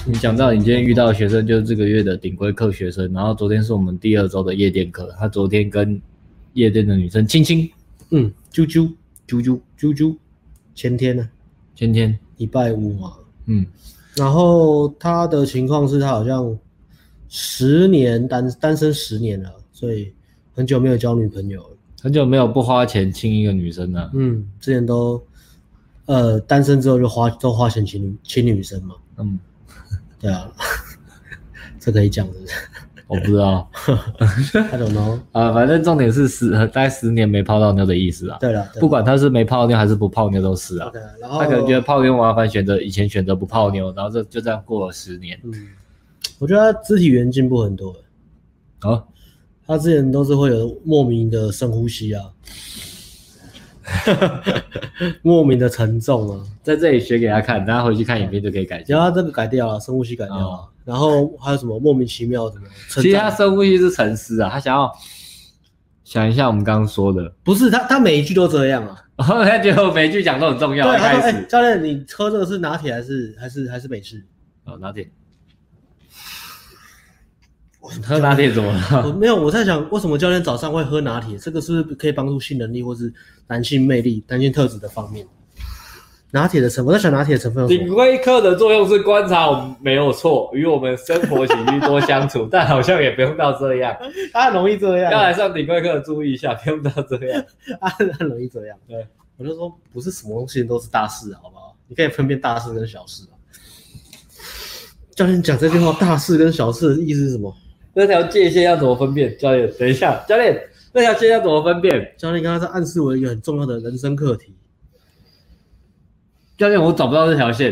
你讲到你今天遇到的学生就是这个月的顶规课学生，然后昨天是我们第2周的夜店课，他昨天跟夜店的女生亲亲，啾啾啾啾啾啾， 前天呢？ 前天礼拜5嘛，然后他的情况是他好像10年单身10年了，所以很久没有交女朋友了， 很久没有不花钱亲一个女生了。 之前都单身之后就都花钱亲女生嘛。对啊，这可以讲的。 我不知道 I don't know 反正重点是大概10年没泡到妞的意思啊。 对了， 不管他是没泡妞还是不泡妞都是啊。 Okay, 然后他可能觉得泡妞麻烦，以前选择不泡妞，然后就这样过了10年。 我觉得他肢体语言进步很多。他之前都是会有莫名的深呼吸啊，莫名的沉重啊， 在这里学给他看，大家回去看影片就可以改掉。 然后他这个改掉了，深呼吸改掉了，然后还有什么莫名其妙什么？ 其实他深呼吸是沉思啊，他想要想一下我们刚刚说的， 不是他每一句都这样啊。 他觉得我每一句讲都很重要。 对， 他说：“ 教练，你喝这个是拿铁还是美式？” 拿铁。喝拿铁怎么了？ 没有，我在想为什么教练早上会喝拿铁？这个是不是可以帮助性能力或是男性魅力、男性特质的方面？拿铁的成分，我在想拿铁的成分有什么？ 顶规课的作用是观察我们没有错，与我们生活起居多相处，但好像也不用到这样。 他很容易这样。 要来上顶规课注意一下，不用到这样。 他很容易这样。对，我就说不是什么东西都是大事，好不好？你可以分辨大事跟小事啊。教练讲这句话，大事跟小事的意思是什么？ 那条界限要怎么分辨？教练，等一下，教练，那条界限要怎么分辨？ 教练刚刚在暗示我一个很重要的人生课题。 教练，我找不到这条线。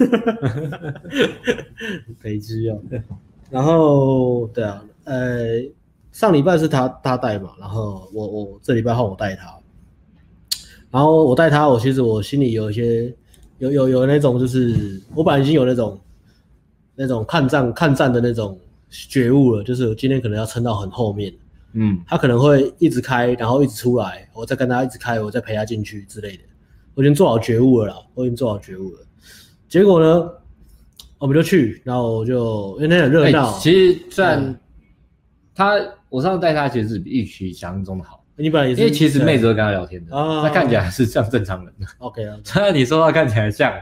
北基哦。然后对啊，上礼拜是他带嘛，然后我这礼拜换我带他。然后我带他，其实我心里有一些有那种，就是我本来已经有那种看战的那种觉悟了，就是我今天可能要撑到很后面。他可能会一直开，然后一直出来，我再跟他一直开，我再陪他进去之类的。我已经做好觉悟了啦，结果呢，我们就去，然后因为那很热闹。 其实虽然我上次带他其实是比预期想象中的好。 你本来也是， 因为其实妹子会跟他聊天的，他看起来是像正常人的。 OK 啊， 虽然你说他看起来像，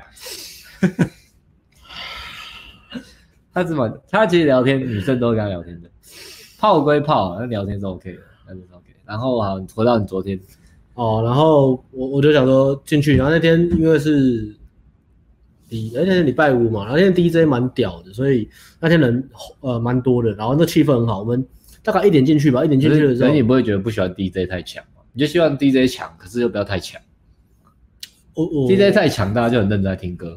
他其实聊天女生都会跟他聊天的，泡归泡，那聊天是 OK 的，那就是 OK。然后好，回到你昨天。 然后我就想说进去，然后那天因为是那天礼拜5嘛，然后那天 DJ 蛮屌的，所以那天人蛮多的，然后那气氛很好。我们大概1点进去吧，1点进去的时候， 所以你不会觉得不喜欢 DJ 太强吗？你就希望 DJ 强，可是又不要太强。DJ 太强，大家就很认真在听歌。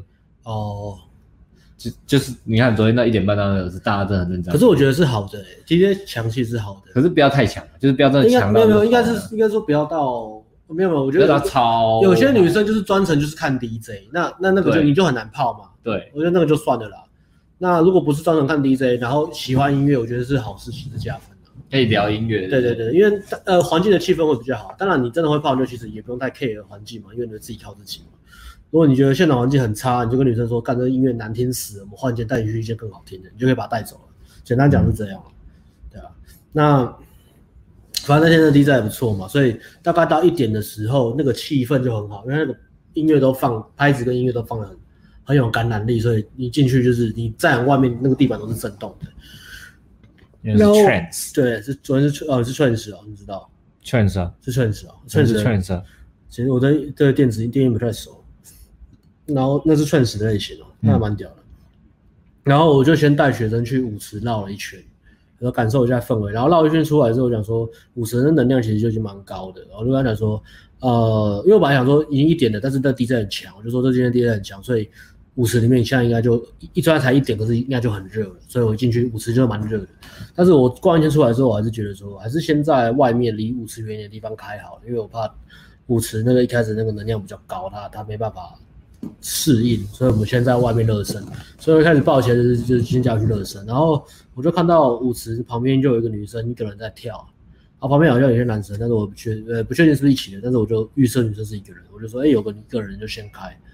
就是你看昨天那1点半到那个是大家真的很认真。 可是我觉得是好的，DJ 强其实是好的， 可是不要太强，就是不要真的强到。 没有，应该说不要到。没有，我觉得有些女生就是专程就是看 DJ， 那个你就很难泡嘛。 对， 我觉得那个就算了啦。那如果不是专程看 DJ， 然后喜欢音乐，我觉得是好事情，是加分的。 可以聊音乐。 对，因为环境的气氛会比较好。当然你真的会泡妞，其实也不用太 care 环境嘛，因为你自己靠自己嘛。如果你觉得现场环境很差，你就跟女生说，干这音乐难听死了，我们换一间带你去一间更好听的，你就可以把她带走了。简单讲是这样，对啊。那反正那天的 DJ 也不错嘛，所以大概到1点的时候，那个气氛就很好，因为那个音乐都放，拍子跟音乐都放得很有感染力，所以你进去就是你站外面那个地板都是震动的。 因为是 trance， 对，昨天是trance你知道 ？trance 啊， 是 trance 啊， 是 trance 啊。 其实我对这个电音不太熟，然后那是 trance 的类型那还蛮屌的。然后我就先带学生去舞池绕了一圈。然后感受一下氛围，然后绕一圈出来之后，我讲说50人的能量其实就已经蛮高的。然后就跟他讲说，因为我本来想说已经1点了，但是那 DJ 很强，我就说这今天 DJ 很强，所以50里面现在应该就一专才1点，可是应该就很热了，所以我进去50就蛮热的。但是我逛一圈出来之后，我还是觉得说，还是先在外面离舞池远一点的地方开好了，因为我怕舞池那个一开始那个能量比较高，它没办法适应，所以我们先在外面热身。所以我一开始抱起来就是先叫去热身，然后我就看到舞池旁边就有一个女生一个人在跳，然后旁边好像有些男生，但是我不确定是不是一起的，但是我就预设女生是一个人，我就说有一个人就先开，然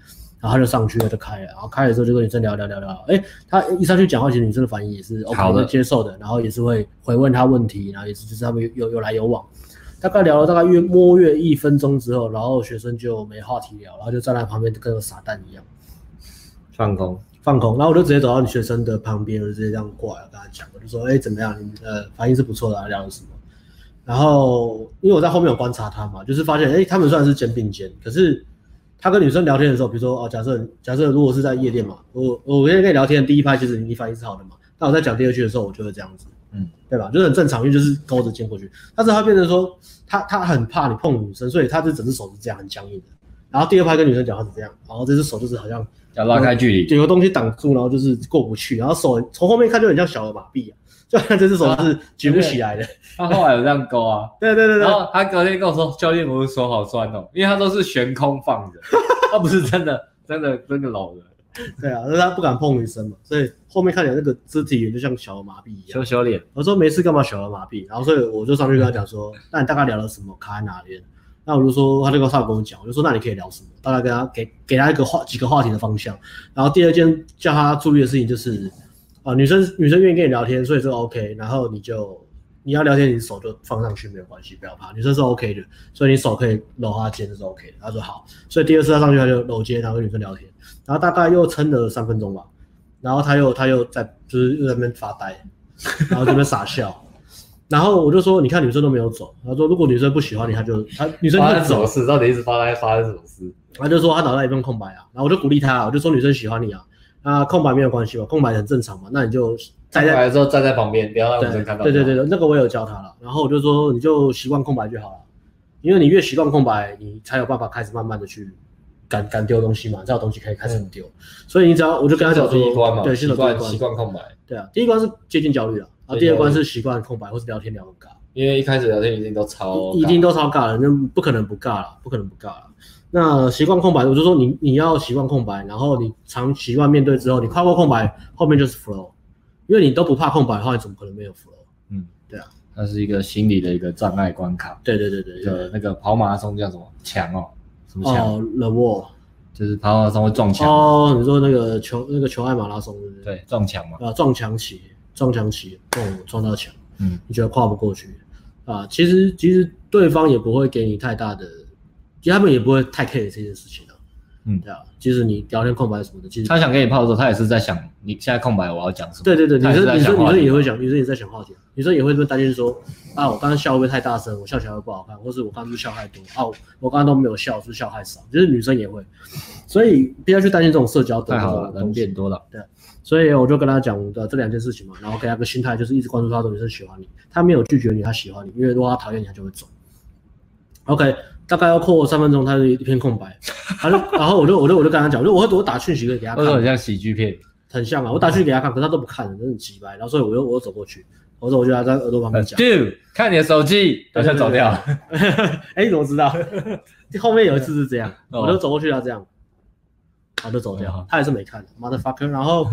然后他就上去了就开了，然后开了之后就跟女生聊，他一上去讲话，其实女生的反应也是 OK 的接受的，然后也是会回问他问题，然后也是就是他们有来有往。大概聊了大概约1分钟之后，然后学生就没话题聊，然后就站在旁边跟个傻蛋一样， 放空。 然后我就直接走到你学生的旁边，我就直接这样过来跟他讲，我就说，怎么样？你反应是不错的，聊了什么？然后因为我在后面有观察他嘛，就是发现，他们虽然是肩并肩，可是他跟女生聊天的时候，比如说假设如果是在夜店嘛，我跟你聊天第一拍，其实你反应是好的嘛，那我在讲第二句的时候，我就会这样子。对吧？就是很正常，因为就是勾着肩过去。但是他变成说，他很怕你碰女生，所以他这整只手是这样很僵硬的。然后第二拍跟女生讲话是这样，然后这只手就是好像要拉开距离， 有个东西挡住，然后就是过不去。然后手从后面看就很像小儿麻痹啊，就看这只手是举不起来的。 他后来有这样勾啊， 对。 然后他隔天跟我说，教练，我的手好酸哦，因为他都是悬空放着，他不是真的搂的。 对啊，但是他不敢碰女生嘛，所以后面看起来那个肢体语言就像小儿麻痹一样。 羞脸。 我说没事，干嘛小儿麻痹？然后所以我就上去跟他讲说，那你大概聊了什么？卡在哪边？那我就说，他跟我讲，我就说那你可以聊什么？大概跟他给他几个话题的方向。然后第二件叫他注意的事情就是，女生愿意跟你聊天，所以这个 OK。然后你要聊天，你手就放上去没有关系，不要怕，女生是 OK 的，所以你手可以搂她肩是 OK 的。他说好，所以第二次他上去他就搂肩，然后跟女生聊天。然后大概又撑了3分钟吧，然后他又在就是又在那边发呆，然后这边傻笑，然后我就说你看女生都没有走，他说如果女生不喜欢你，女生就走。 事到底一直发生什么事？ 他就说他脑袋一片空白啊，然后我就鼓励他，我就说女生喜欢你啊，空白没有关系嘛，空白很正常嘛，那你就空白的时候站在旁边，不要让女生看到。 对，那个我也有教他了，然后我就说你就习惯空白就好了，因为你越习惯空白，你才有办法开始慢慢的去。敢丢东西嘛，这样东西可以开始丢，所以你只要我就跟他讲说， 第一关嘛， 对， 习惯空白，对啊，第一关是接近焦虑了，然后第二关是习惯空白或是聊天聊很尬， 因为一开始聊天一定都超尬了，那不可能不尬了。那习惯空白，我就说你要习惯空白，然后你常习惯面对之后，你跨过空白，后面就是 flow， 因为你都不怕空白的话，你怎么可能没有 flow？ 对啊， 它是一个心理的一个障碍关卡。 对， 那个跑马拉松叫什么墙哦？什么墙 ？The wall， 就是跑马拉松会撞墙。 哦，你说那个球爱马拉松对不对？ 对，撞墙嘛。 撞墙期，撞到墙，你觉得跨不过去啊？其实对方也不会给你太大的，其实他们也不会太 care 这件事情的。对啊，其实你聊天空白什么的，其实他想跟你泡的时候，他也是在想你现在空白我要讲什么。 对，女生也会想，女生也在想话题，女生也会担心说啊，我刚刚笑会不会太大声，我笑起来会不好看，或是我刚刚是不是笑太多啊，我刚刚都没有笑，是不是笑太少？就是女生也会，所以不要去担心这种社交的。 太好了，人变多了。 对，所以我就跟他讲的这2件事情嘛，然后给他个心态，就是一直关注他的女生喜欢你，他没有拒绝你，他喜欢你，因为如果他讨厌你，他就会走。OK。大概要过3分钟，他是一片空白，然后我就跟他讲，我打讯息给他看， 很像喜剧片， 很像啊，我打讯息给他看，可是他都不看，真的很鸡掰，然后所以我又走过去，我就在耳朵旁边讲 ，Dude， 看你的手机，他就走掉了。 你怎么知道？后面有一次是这样，我就走过去他这样，然后就走掉，他还是没看 ，motherfucker， 然后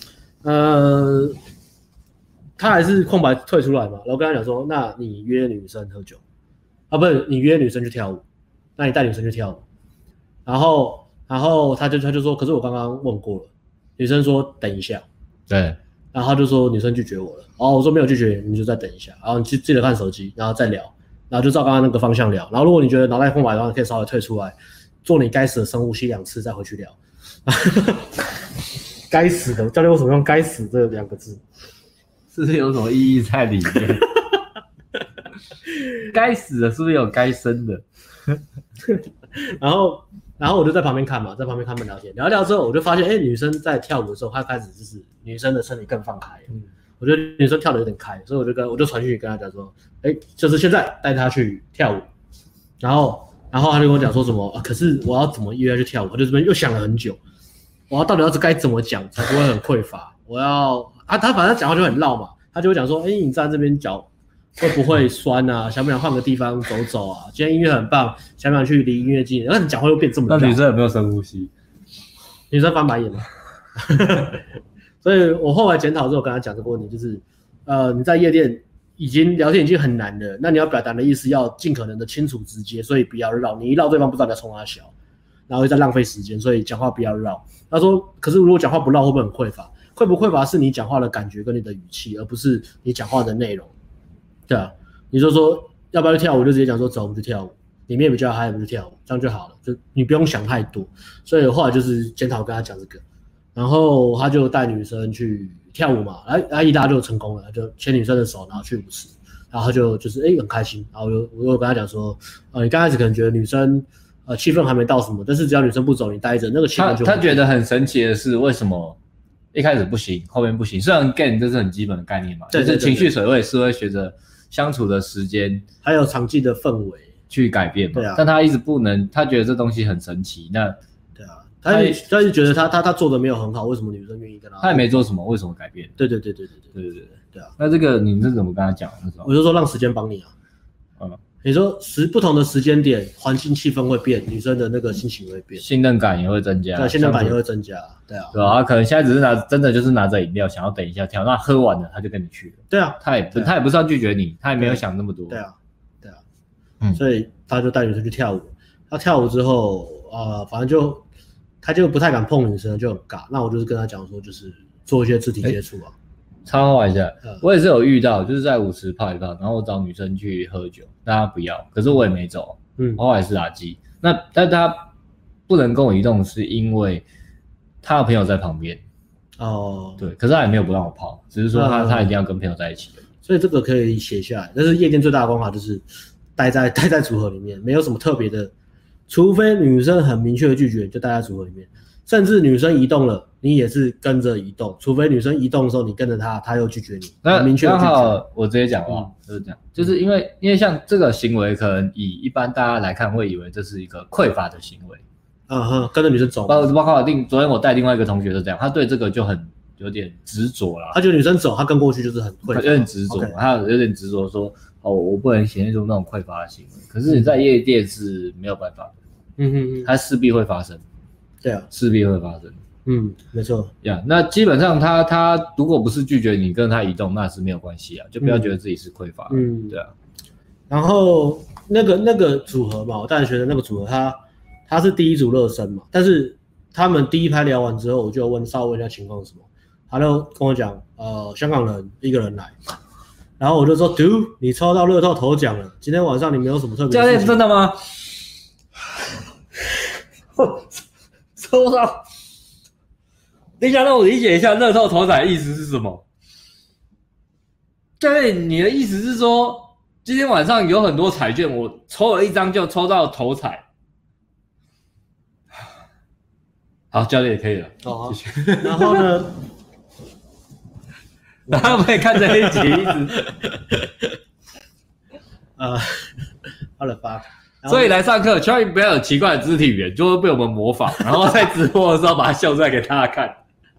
他还是空白退出来嘛，然后跟他讲说，那你约女生喝酒。不是你约女生去跳舞，那你带女生去跳舞，然后他就说，可是我刚刚问过了，女生说等一下， 对， 然后他就说女生拒绝我了，我说没有拒绝你，就再等一下，然后你记得看手机，然后再聊，然后就照刚刚那个方向聊，然后如果你觉得脑袋空白的话，你可以稍微退出来，做你该死的深呼吸2次，再回去聊。该死的教练为什么用该死这2个字？ 是不是有什么意义在里面？该死的是不是有该生的？ 然后我就在旁边看嘛，在旁边看他们聊天，聊一聊之后，我就发现，女生在跳舞的时候，她开始就是女生的身体更放开，我觉得女生跳得有点开，所以我就传讯息跟她讲说，就是现在带她去跳舞，然后她就跟我讲说什么，可是我要怎么约她去跳舞？我就这边又想了很久，我到底该怎么讲才不会很匮乏？他反正讲话就很绕嘛，他就会讲说，你站这边脚会不会酸啊？想不想换个地方走走啊？今天音乐很棒，想不想去离音乐近？那你讲话又变这么绕。 那女生有没有深呼吸？ 女生翻白眼了。所以我后来检讨之后跟他讲这个问题，就是你在夜店聊天已经很难了，那你要表达的意思要尽可能的清楚直接，所以不要绕，你一绕对方不知道你在冲他笑。 然后又在浪费时间，所以讲话不要绕。他说，可是如果讲话不绕，会不会很匮乏？会不会匮乏是你讲话的感觉跟你的语气，而不是你讲话的内容。对啊，你就说要不要去跳舞，就直接讲说走，我们去跳舞。里面比较嗨，我们就跳舞，这样就好了，就你不用想太多。所以后来就是检讨跟他讲这个，然后他就带女生去跳舞嘛，一拉就成功了，就牵女生的手，然后去舞池，然后就是很开心。然后我有跟他讲说，你刚开始可能觉得女生气氛还没到什么，但是只要女生不走，你待着那个气氛就他觉得很神奇的是，为什么一开始不行，后面不行？虽然 gain 这是很基本的概念嘛，就是情绪水位是会随着相处的时间还有场地的氛围去改变嘛。 对啊， 但他一直不能，他觉得这东西很神奇。那对啊，他就觉得他做的没有很好，为什么女生愿意跟他？ 他也没做什么，为什么改变？ 对啊。那这个你是怎么跟他讲？ 我就说让时间帮你啊。你说不同的时间点，环境气氛会变，女生的那个心情会变， 信任感也会增加。 对，信任感也会增加。对啊， 对啊，他可能现在只是真的就是拿着饮料，想要等一下跳，那喝完了他就跟你去了。 对啊， 他也不是要拒绝你，他也没有想那么多。 对啊，所以他就带女生去跳舞。他跳舞之后反正他就不太敢碰女生，就很尬。那我就是跟他讲说，就是做一些肢体接触啊。 插话一下，我也是有遇到，就是在舞池泡一泡，然后我找女生去喝酒，但她不要，可是我也没走，后来是垃圾。但她不能跟我移动，是因为她的朋友在旁边。对，可是她也没有不让我泡，只是说她一定要跟朋友在一起。 所以这个可以写下来。但是夜店最大的方法就是待在组合里面，没有什么特别的，除非女生很明确的拒绝，就待在组合里面。甚至女生移动了，你也是跟着移动，除非女生移动的时候你跟着她，她又拒绝你，很明确的拒绝。 刚好我直接讲话，就是这样，就是因为像这个行为，可能以一般大家来看会以为这是一个匮乏的行为， 跟着女生走， 包括昨天我带另外一个同学是这样，他对这个就很有点执着啦， 他觉得女生走，他跟过去就是很匮乏， 有点执着，他有点执着说我不能显现出那种匮乏的行为，可是你在夜店是没有办法的，他势必会发生。 对啊， 势必会发生。 没错。 那基本上他如果不是拒绝你跟他移动，那是没有关系啊，就不要觉得自己是匮乏。对啊。 然后那个组合嘛，我大学的那个组合，他是第一组热身嘛，但是他们第一拍聊完之后，我就稍微问一下情况是什么，他就跟我讲，香港人一个人来，然后我就说 ，Do 你抽到乐透头奖了，今天晚上你没有什么特别的事情。 教练真的吗？抽到，等一下让我理解一下乐透头彩的意思是什么？教练，你的意思是说，今天晚上有很多彩券，我抽了一张就抽到头彩。好，教练也可以了。谢谢。 然后呢？ 然后我们也看这一集，一直好了吧。 所以来上课，千万不要有奇怪的肢体语言，就会被我们模仿，然后在直播的时候把它秀出来给大家看。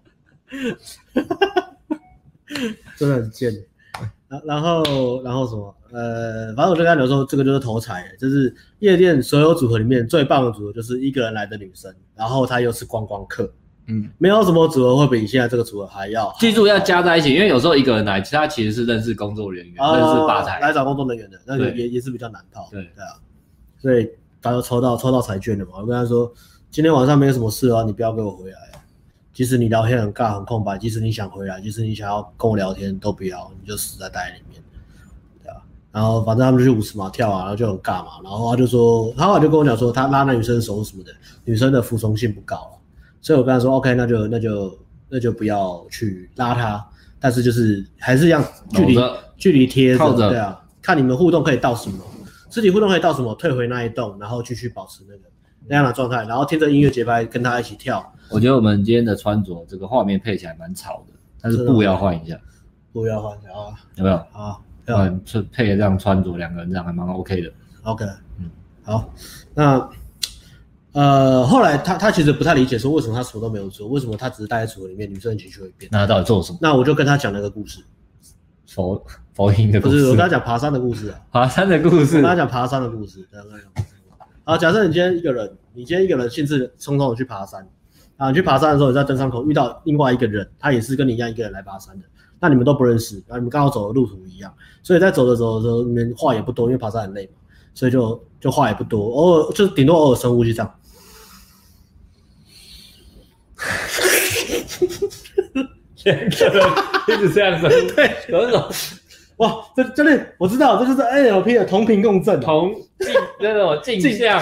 真的很贱。然后什么？反正我就跟他讲说，这个就是头彩，就是夜店所有组合里面最棒的组合，就是一个人来的女生，然后她又是观光客。没有什么组合会比现在这个组合还要好。 记住要加在一起，因为有时候一个人来，他其实是认识工作人员，认识吧台来找工作人员的，那个也是比较难泡。 对啊，所以他就抽到彩券了嘛。我跟他说，今天晚上没有什么事啊，你不要给我回来。即使你聊天很尬很空白，即使你想回来，即使你想要跟我聊天都不要，你就死在袋里面。对啊，然后反正他们就去舞池嘛跳啊，然后就很尬嘛。然后他就说，他后来就跟我讲说，他拉那女生的手什么的，女生的服从性不高。所以我跟他说 ，OK， 那就不要去拉他，但是就是还是一样距离贴着，对啊，看你们互动可以到什么，肢体互动可以到什么，退回那一栋，然后继续保持那样的状态，然后听着音乐节拍跟他一起跳。 我觉得我们今天的穿着这个画面配起来蛮吵的，但是布要换一下， 布要换一下啊， 有没有？ 好， 配这样穿着，两个人这样还蛮 OK 的。 OK，好，那。后来他其实不太理解说为什么他什么都没有做，为什么他只是待在组合里面，女生的情绪会变。 那他到底做了什么？ 那我就跟他讲了个故事， 佛音的故事。 不是，我跟他讲爬山的故事啊。 爬山的故事。 我跟他讲爬山的故事。好，假设你今天一个人兴致冲冲的去爬山，你去爬山的时候，你在登山口遇到另外一个人，他也是跟你一样一个人来爬山的，那你们都不认识，然后你们刚好走的路途一样，所以在走的时候，你们话也不多，因为爬山很累嘛，所以就话也不多，就顶多偶尔深呼吸这样。 两个人一直这样子， 对， 有一种哇，这真的我知道，这就是 NLP 的同频共振， 那种镜像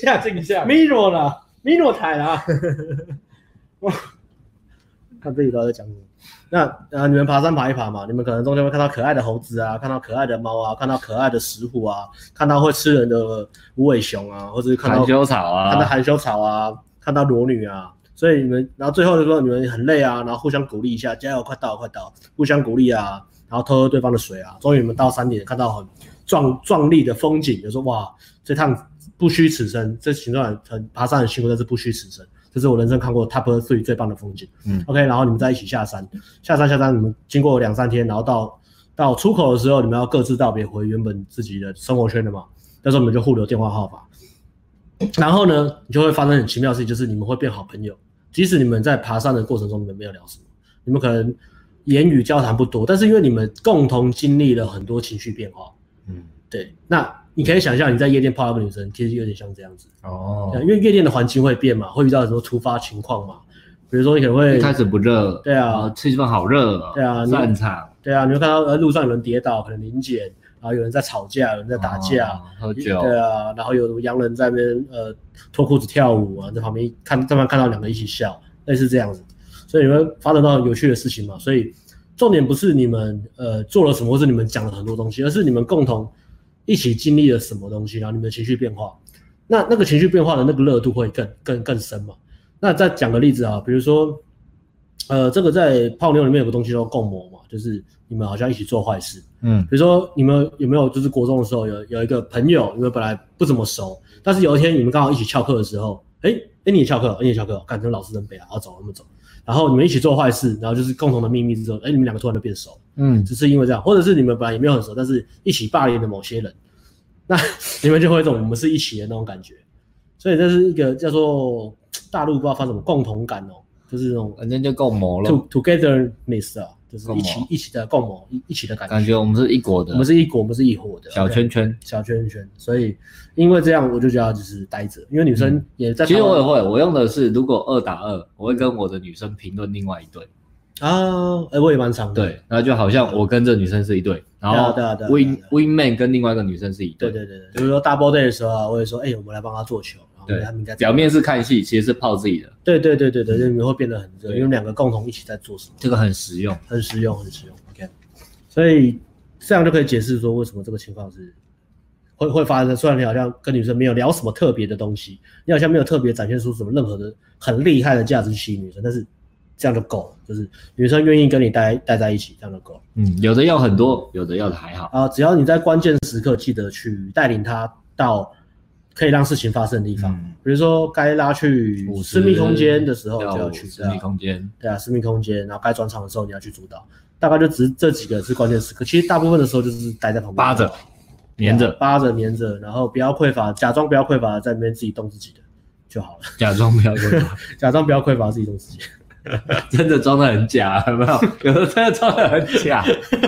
，mirror 啦 ，mirror 台啦。哇，看这里都在讲什么？那你们爬山爬一爬嘛，你们可能中间会看到可爱的猴子啊，看到可爱的猫啊，看到可爱的石虎啊，看到会吃人的无尾熊啊，或者是看到含羞草啊， 看到含羞草啊，看到裸女啊。所以你们，然后最后的时候你们很累啊，然后互相鼓励一下，加油，快到，互相鼓励啊，然后偷喝对方的水啊。终于你们到山顶，看到很壮丽的风景，就说哇，这趟不虚此生，这行段很爬山很辛苦，但是不虚此生。这是我人生看过 Top 3最棒的风景。OK， 然后你们再一起下山，你们经过2-3天，然后到出口的时候，你们要各自道别，回原本自己的生活圈了嘛。那时候你们就互留电话号码。然后呢，你就会发生很奇妙的事情，就是你们会变好朋友。即使你们在爬山的过程中，你们没有聊什么，你们可能言语交谈不多，但是因为你们共同经历了很多情绪变化，对。那你可以想象你在夜店泡一个女生，其实有点像这样子哦，因为夜店的环境会变嘛，会遇到很多突发情况嘛，比如说你可能会一开始不热， 对啊， 气氛好热， 对啊， 散场， 对啊，你会看到路上有人跌倒，可能临检。然后有人在吵架，有人在打架， 喝酒， 对啊，然后有洋人在那边脱裤子跳舞啊，在旁边看到2个一起笑，类似这样子，所以你会发生到很有趣的事情嘛。所以重点不是你们做了什么，或是你们讲了很多东西，而是你们共同一起经历了什么东西，然后你们的情绪变化，那个情绪变化的那个热度会更深嘛。那再讲个例子啊，比如说这个在泡妞里面有个东西叫共谋嘛，就是你们好像一起做坏事。比如说你们有没有就是国中的时候有一个朋友，你们本来不怎么熟，但是有一天你们刚好一起翘课的时候，你也翘课，干跟老师真北啊，要走那么走，然后你们一起做坏事，然后就是共同的秘密之后，你们2个突然就变熟，只是因为这样，或者是你们本来也没有很熟，但是一起霸凌的某些人，那你们就会有一种我们是一起的那种感觉，所以这是一个叫做大陆不知道发什么共同感哦，就是那种反正就共谋了 ，togetherness 啊。就是一起的共谋，一起的感觉。 我们是一国的， 我们是一国，我们是一伙的。 小圈圈， 小圈圈。所以因为这样，我就觉得就是待着，因为女生也在。 其实我也会，我用的是如果2打2，我会跟我的女生评论另外一队。 啊，我也蛮常的。 对，然后就好像我跟这女生是一队，然后 Wingman 跟另外一个女生是一队。 对。比如说 Double Day 的时候啊，我会说，我们来帮她做球。 对，表面是看戏，其实是泡自己的。 对，你们会变得很热，因为2个共同一起在做什么。 这个很实用。 OK， 所以这样就可以解释说为什么这个情况是会发生。虽然你好像跟女生没有聊什么特别的东西，你好像没有特别展现出什么任何的很厉害的价值去吸引女生，但是这样就够了，就是女生愿意跟你待在一起，这样就够了。 有的要很多，有的要的还好啊，只要你在关键时刻记得去带领她到可以让事情发生的地方，比如说该拉去私密空间的时候就要去私密空间， 对啊，私密空间，然后该转场的时候你要去主导，大概就只这几个是关键时刻。其实大部分的时候就是待在旁边， 扒着、黏着，然后不要匮乏，假装不要匮乏，在那边自己动自己的就好了。 假装不要匮乏， 假装不要匮乏，自己动自己。 真的装得很假，有没有？有的真的装得很假。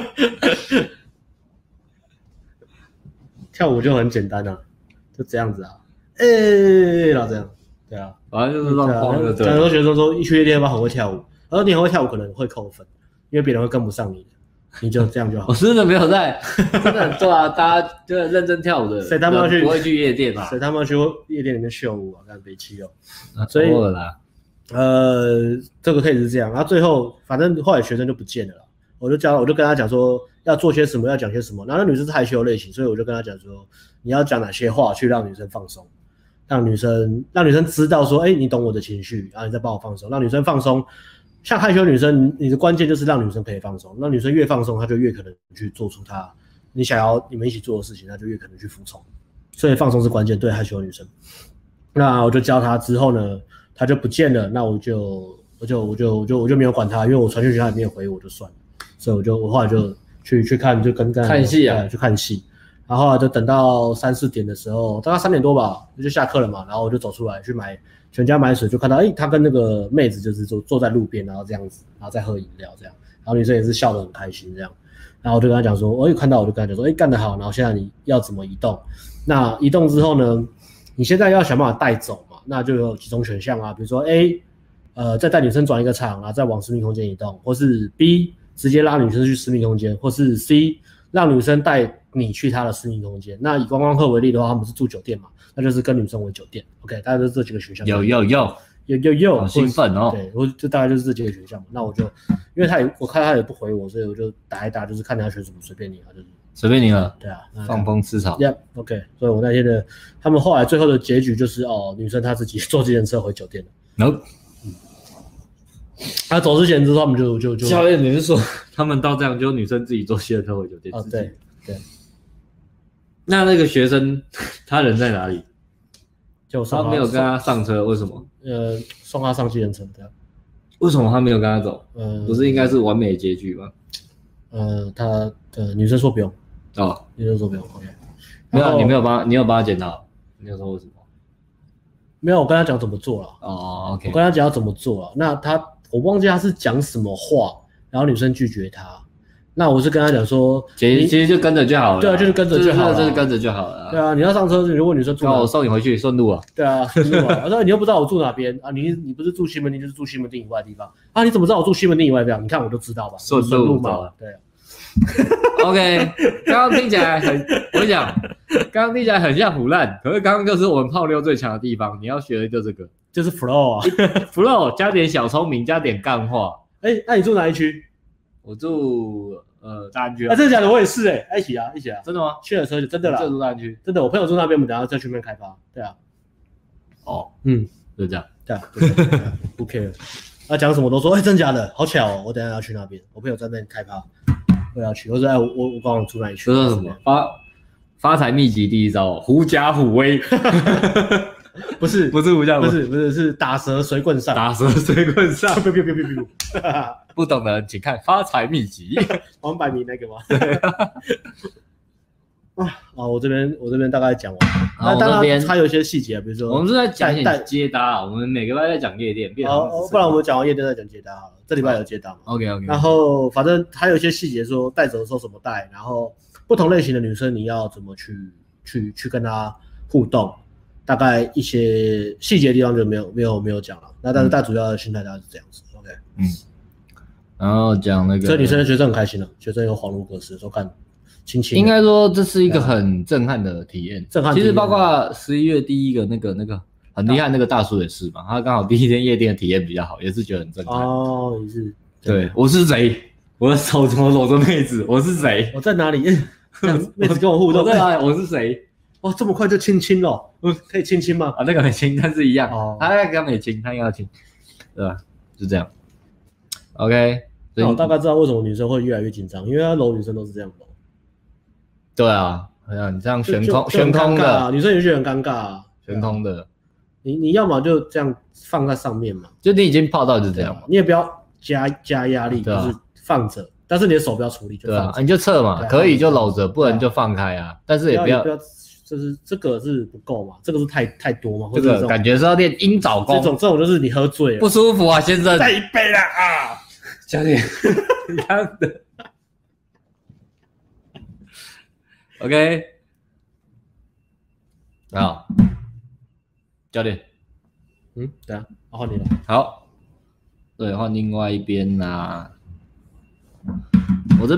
跳舞就很简单啊。就这样子啊，然后这样，对啊， 反正就是让慌的。 很多学生说，一去夜店很会跳舞，而你很会跳舞可能会扣分，因为别人会跟不上你的，你就这样就好。 我真的没有在，真的很对啊，大家就认真跳舞的， 谁他妈不会去夜店啊？ 谁他妈去夜店里面秀舞啊？干北七哦， 所以啦， 这个可以是这样，然后最后反正后来学生就不见了啦，我就跟他讲说要做些什么，要讲些什么，然后那女生是害羞类型，所以我就跟他讲说。你要讲哪些话去让女生放松，让女生知道说，你懂我的情绪，然后你再帮我放松，让女生放松。像害羞女生，你的关键就是让女生可以放松，让女生越放松，她就越可能去做出你想要你们一起做的事情，她就越可能去服从。所以放松是关键，对害羞女生。那我就教她之后呢，她就不见了，那我就没有管她，因为我传讯息她也没有回我就算了，所以我后来就去看，就跟看戏啊， 去看戏。然后后来就等到3、4点的时候，大概3点多吧，就下课了嘛。然后我就走出来去买全家买水，就看到他跟那个妹子就是坐在路边，然后这样子，然后再喝饮料这样。然后女生也是笑得很开心这样。然后我就跟他讲说，我看到我就跟他讲说，干得好。然后现在你要怎么移动？那移动之后呢，你现在要想办法带走嘛，那就有几种选项啊，比如说再带女生转一个场，然后再往私密空间移动，或是 B 直接拉女生去私密空间，或是 C 让女生带你去她的私密空间。那以观光客为例的话，他们是住酒店嘛，那就是跟女生为酒店。OK， 大概就是这几个选项。有， 好兴奋哦！ 对，我就大概就是这几个选项嘛。那我就因为我看他也不回我，所以我就打一打，就是看他选什么，随便你啊，就是随便你了。 对啊， 放风吃草。 OK， 所以我那天的他们后来最后的结局就是女生她自己坐计程车回酒店了。 No。 他走之前之后，他们就教练，你是说他们到这样就女生自己坐计程车回酒店？ 对。 那个学生他人在哪里？ 就他没有跟他上车，为什么？ 送他上计程车，对啊。 为什么他没有跟他走？不是应该是完美的结局吗？ 女生说不用。女生说不用 ，OK。 没有，你有帮他检讨？你有说为什么？ 没有，我跟他讲怎么做了。 OK。 我跟他讲要怎么做了。那我忘记他是讲什么话，然后女生拒绝他。那我是跟他讲说， 其实就跟着就好了。 对啊，就是跟着就好了。 就是跟着就好了。 对啊，你要上车，如果女生住哪， 我送你回去，顺路啊。 对啊，顺路啊。我说你又不知道我住哪边啊，你不是住西门町，就是住西门町以外的地方啊？你怎么知道我住西门町以外的地方？你看我就知道吧，顺路嘛。对啊。 OK， 刚刚听起来我跟你讲，刚刚听起来很像唬烂，可是刚刚就是我们泡妞最强的地方，你要学的就这个， 就是 flow 啊 ，flow 加点小聪明，加点干话。 那你住哪一区？ 我住大安区。 真的假的？我也是一起啊。 真的吗？ 去了车就真的啦。 就住大安区。 真的，我朋友住那边，我们等下再去那边开发。对啊。 就这样。 对啊。不 care。他讲什么都说，真假的，好巧哦！我等一下要去那边，我朋友在那边开趴，我要去。我说，我帮我住那里去。 这是什么？发财秘籍第一招，狐假虎威。 不是狐假虎威， 不是，是打蛇随棍上。 不懂的人请看发财秘籍。 王百鸣那个吗？我这边大概讲完。那当然还有一些细节，比如说我们是在讲一点接搭，我们每个礼拜在讲夜店， 不然我们讲完夜店再讲接搭好了。这礼拜有接搭嘛 ？OK。 然后反正还有一些细节，说带走的时候怎么带，然后不同类型的女生你要怎么去跟她互动，大概一些细节的地方就没有讲了。那但是大主要的心态大概是这样子 ，OK。 然后讲那个， 所以女生学生很开心了，学生有恍如隔世，说看。 应该说这是一个很震撼的体验。其实包括11月第一个那个很厉害那个大叔也是嘛，他刚好第一天夜店的体验比较好，也是觉得很震撼。 也是。 对，我是谁？我的手怎么搂着妹子？我是谁？ 我在哪里？妹子跟我互动。 我是谁？ 哇，这么快就亲了？可以亲吗？ 那个没亲，但是一样。他那个没亲，他应该要亲，对吧？就这样。OK。 那我大概知道为什么女生会越来越紧张，因为她搂女生都是这样搂。 对啊，你这样悬空的， 女生也觉得很尴尬。 悬空的， 你要么就这样放在上面嘛， 就你已经泡到就是这样嘛， 你也不要加压力，就是放着，但是你的手不要出力，就放着。 你就侧嘛，可以就搂着，不能就放开啊。但是也不要， 就是这个是不够嘛，这个是太多嘛， 这个感觉是要练鹰爪功。 这种就是你喝醉了， 不舒服啊，先生。 再一杯了啊， 教练，一样的。OK， 好，教练， 对啊，换你了。 好，对，换另外一边啦。我这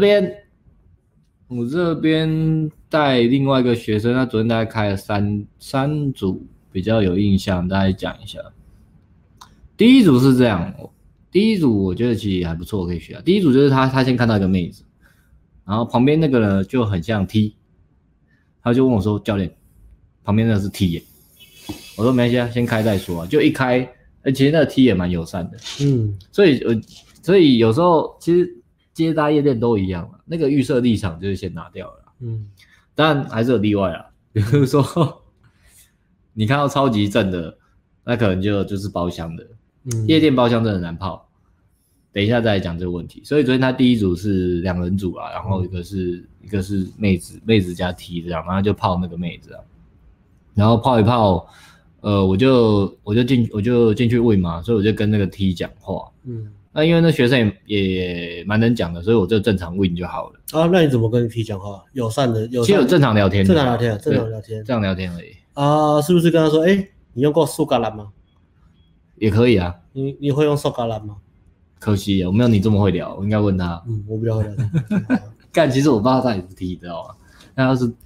边带另外一个学生，他昨天大概开了三组，比较有印象，大家讲一下。第一组是这样，第一组我觉得其实还不错，可以学啊。第一组就是他先看到一个妹子，然后旁边那个呢就很像 T。他就问我说：“教练，旁边那个是 T 耶？”我说：“没关系啊，先开再说啊。”就一开，其实那个 T 也蛮友善的。所以有时候其实接搭夜店都一样了，那个预设立场就是先拿掉了。当然还是有例外啦，比如说你看到超级正的，那可能就是包厢的。夜店包厢真的难泡。等一下再来讲这个问题。所以昨天他第一组是2人组啊，然后一个是妹子加 T 这样，然后就泡那个妹子啊，然后泡一泡，我就进去问嘛，所以我就跟那个 T 讲话。那因为那学生也蛮能讲的，所以我就正常问就好了。 那你怎么跟 T 讲话？友善的， 其实有正常聊天， 正常聊天这样聊天而已。 是不是跟他说，你用过苏格兰吗？ 也可以啊。 你会用手橄榄吗？ 可惜我没有你这么会聊，我应该问他。 我比较会聊。 干，其实我不知道他也是 T， 知道吗？那要是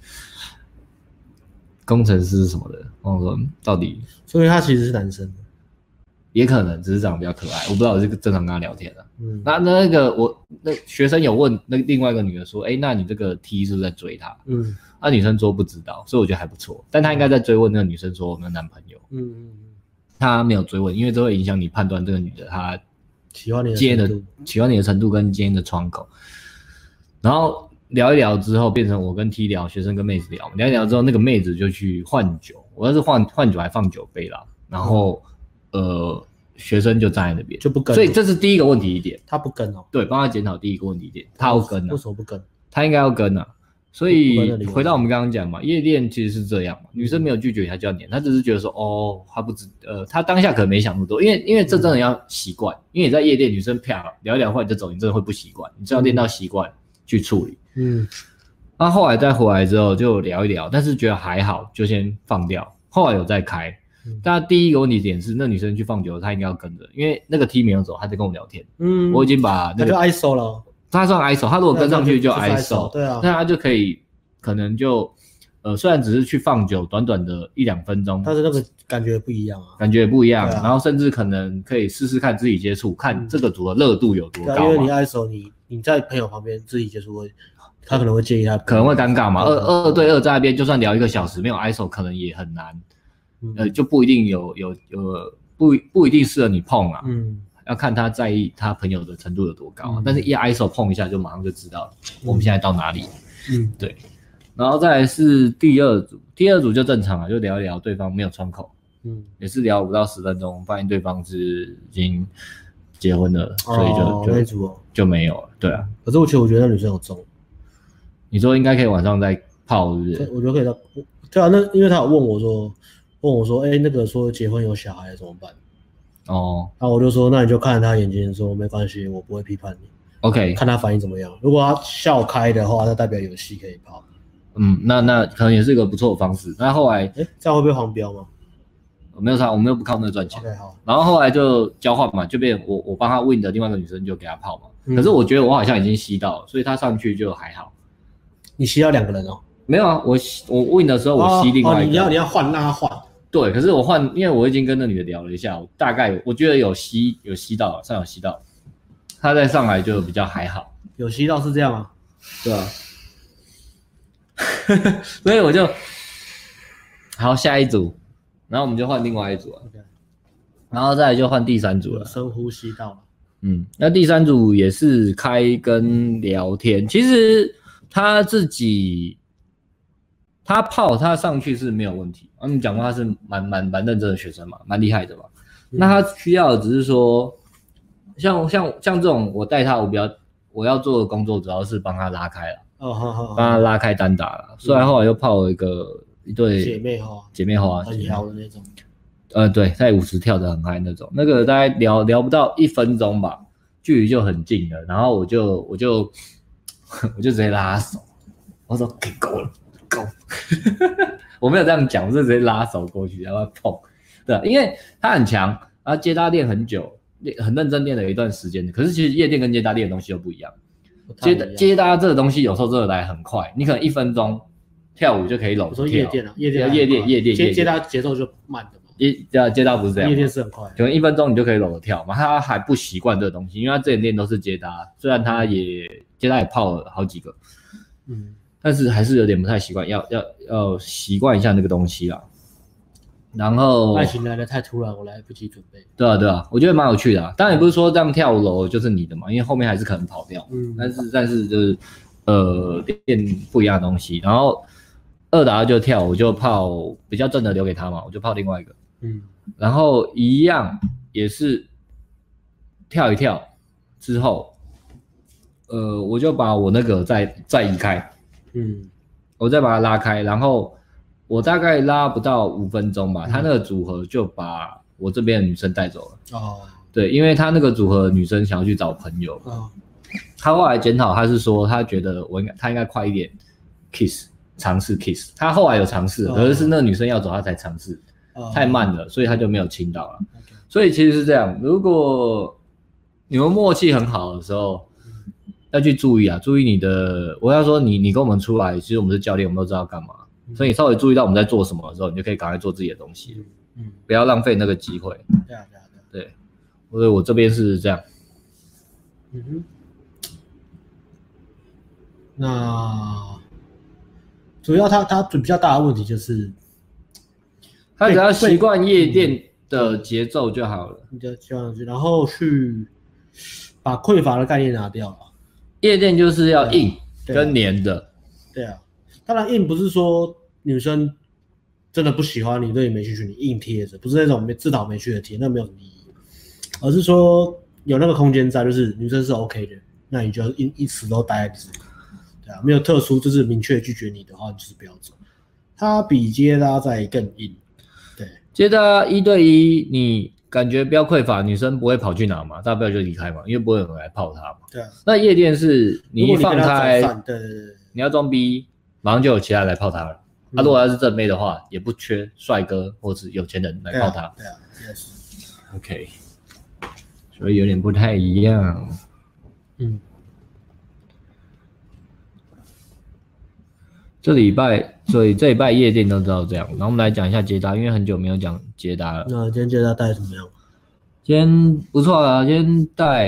工程师什么的，我说到底， 所以他其实是男生的， 也可能只是长得比较可爱，我不知道，我是正常跟他聊天的。那个那学生有问那另外一个女的说，那你这个 T 是不是在追他？那女生说不知道，所以我觉得还不错。但他应该在追问那个女生说我没有男朋友。他没有追问，因为这会影响你判断这个女的她喜欢你的程度跟今天的窗口。然后聊一聊之后，变成我跟 T 聊，学生跟妹子聊，聊一聊之后，那个妹子就去换酒，我要是换酒还放酒杯啦，然后学生就站在那边就不跟， 所以这是第一个问题点， 他不跟哦， 对，帮他检讨第一个问题点，他要跟为什么不跟？ 他应该要跟啊。所以回到我们刚刚讲嘛，夜店其实是这样嘛，女生没有拒绝他就要黏，他只是觉得说他当下可能没想那么多，因为这真的要习惯，因为你在夜店女生啪聊一聊话就走，你真的会不习惯，你就要练到习惯去处理。那后来再回来之后就聊一聊，但是觉得还好，就先放掉。后来有再开，但第一个问题点是那女生去放酒，她应该要跟着，因为那个 T 没有走，她在跟我聊天。我已经把那个他就 ISO 了。 他算 ISO， 他如果跟上去就 ISO， 对啊， 那他就可能就虽然只是去放酒，短短的1-2分钟， 但是那个感觉不一样啊， 然后甚至可能可以试试看肢体接触，看这个组的热度有多高嘛。 因为你 ISO， 你在朋友旁边肢体接触他可能会介意，他可能会尴尬嘛。2对2在那边，就算聊1个小时，没有 ISO 可能也很难，就不一定不一定适合你碰啊。要看他在意他朋友的程度有多高但是一 ISO 碰一下就马上就知道我们现在到哪里。对。然后再来是第二组就正常了，就聊一聊对方没有窗口，也是聊5到10分钟，发现对方是已经结婚了，所以就没有了。对啊。 可是我觉得那女生有中。 你说应该可以晚上再泡，是不是？ 我觉得可以到。对啊，那因为他有问我说，那个说结婚有小孩怎么办？那我就说，那你就看着他眼睛说没关系，我不会批判你。 OK， 看他反应怎么样。如果他笑开的话，那代表有戏可以泡。 那可能也是一个不错的方式。那后来， 这样会不会黄标吗？ 没有差，我们又不靠那赚钱。 OK， 好。 然后后来就交换嘛，就变我帮他 win 的另外一个女生就给他泡嘛。可是我觉得我好像已经吸到了，所以他上去就还好。 你吸到2个人哦？ 没有啊，我 win 的时候我吸另外一个。 你要换，让他换。 对，可是我换，因为我已经跟那女的聊了一下，大概我觉得有吸到，算有吸到，他再上来就比较还好。 有吸到是这样啊？ 对啊。所以我就好下一组，然后我们就换另外一组了。然后再来就换第3组了。 深呼吸到了。 那第3组也是开跟聊天，其实他自己。他泡他上去是没有问题，你讲过他是蛮认真的学生嘛，蛮厉害的嘛。那他需要的只是说，像这种我带他，我要做的工作主要是帮他拉开了，帮他拉开单打了。虽然后来又泡了一对姐妹花， 很摇的那种。 对，在50跳的很嗨那种，那个大概聊不到1分钟吧，距离就很近了，然后我就直接拉手，我说可以够了。我没有这样讲，我是直接拉手过去然后碰，对，因为他很强，他接搭练很久，很认真练了一段时间。可是其实夜店跟接搭练的东西又不一样，接搭这个东西有时候真的来很快，你可能1分钟跳舞就可以搂着跳。 我说夜店啊，夜店接搭节奏就慢的嘛。 接搭不是这样， 夜店是很快， 可能1分钟你就可以搂着跳嘛。他还不习惯这个东西，因为他之前练都是接搭，虽然他接搭也泡了好几个，但是还是有点不太习惯，要习惯一下那个东西啦。然后爱情来得太突然，我来不及准备。 对啊，我觉得蛮有趣的啊。当然也不是说这样跳楼就是你的嘛，因为后面还是可能跑掉。但是就是练不一样的东西。然后2打2就跳，我就泡比较正的留给他嘛，我就泡另外一个。然后一样也是跳一跳之后，我就把我那个再移开。我再把它拉开，然后我大概拉不到5分钟吧，他那个组合就把我这边的女生带走了。对，因为他那个组合的女生想要去找朋友。他后来检讨，他是说他觉得他应该快一点 尝试 kiss。他后来有尝试，可是那个女生要走他才尝试，太慢了，所以他就没有亲到了。 所以其实是这样，如果你们默契很好的时候，要去注意啊，注意你的。我要说你跟我们出来，其实我们是教练，我们都知道干嘛，所以你稍微注意到我们在做什么的时候，你就可以赶快做自己的东西，不要浪费那个机会。对，所以我这边是这样。 那主要他比较大的问题就是， 他只要习惯夜店的节奏就好了， 然后去把匮乏的概念拿掉了。 夜店就是要硬跟黏的。 对啊，当然硬不是说女生真的不喜欢你，对你没兴趣，你硬贴着，不是那种自讨没趣的贴，那没有什么意义，而是说有那个空间在，就是女生是 OK 的，那你就一直都待在这里。对啊，没有特殊就是明确拒绝你的话，你就是不要走。它比接搭再更硬。对， 接搭1对1，你感觉不要匮乏，女生不会跑去哪嘛，大不了就离开嘛，因为不会有人来泡她嘛。 对啊。 那夜店是你一放开， 对， 你要装逼，马上就有其他人来泡她了。如果要是正妹的话，也不缺帅哥或是有钱人来泡她。 对啊 ，yes。 OK， 所以有点不太一样。所以这礼拜夜店都知道这样，然后我们来讲一下接搭，因为很久没有讲接搭了。 那今天接搭带怎么样？ 今天不错啦，今天带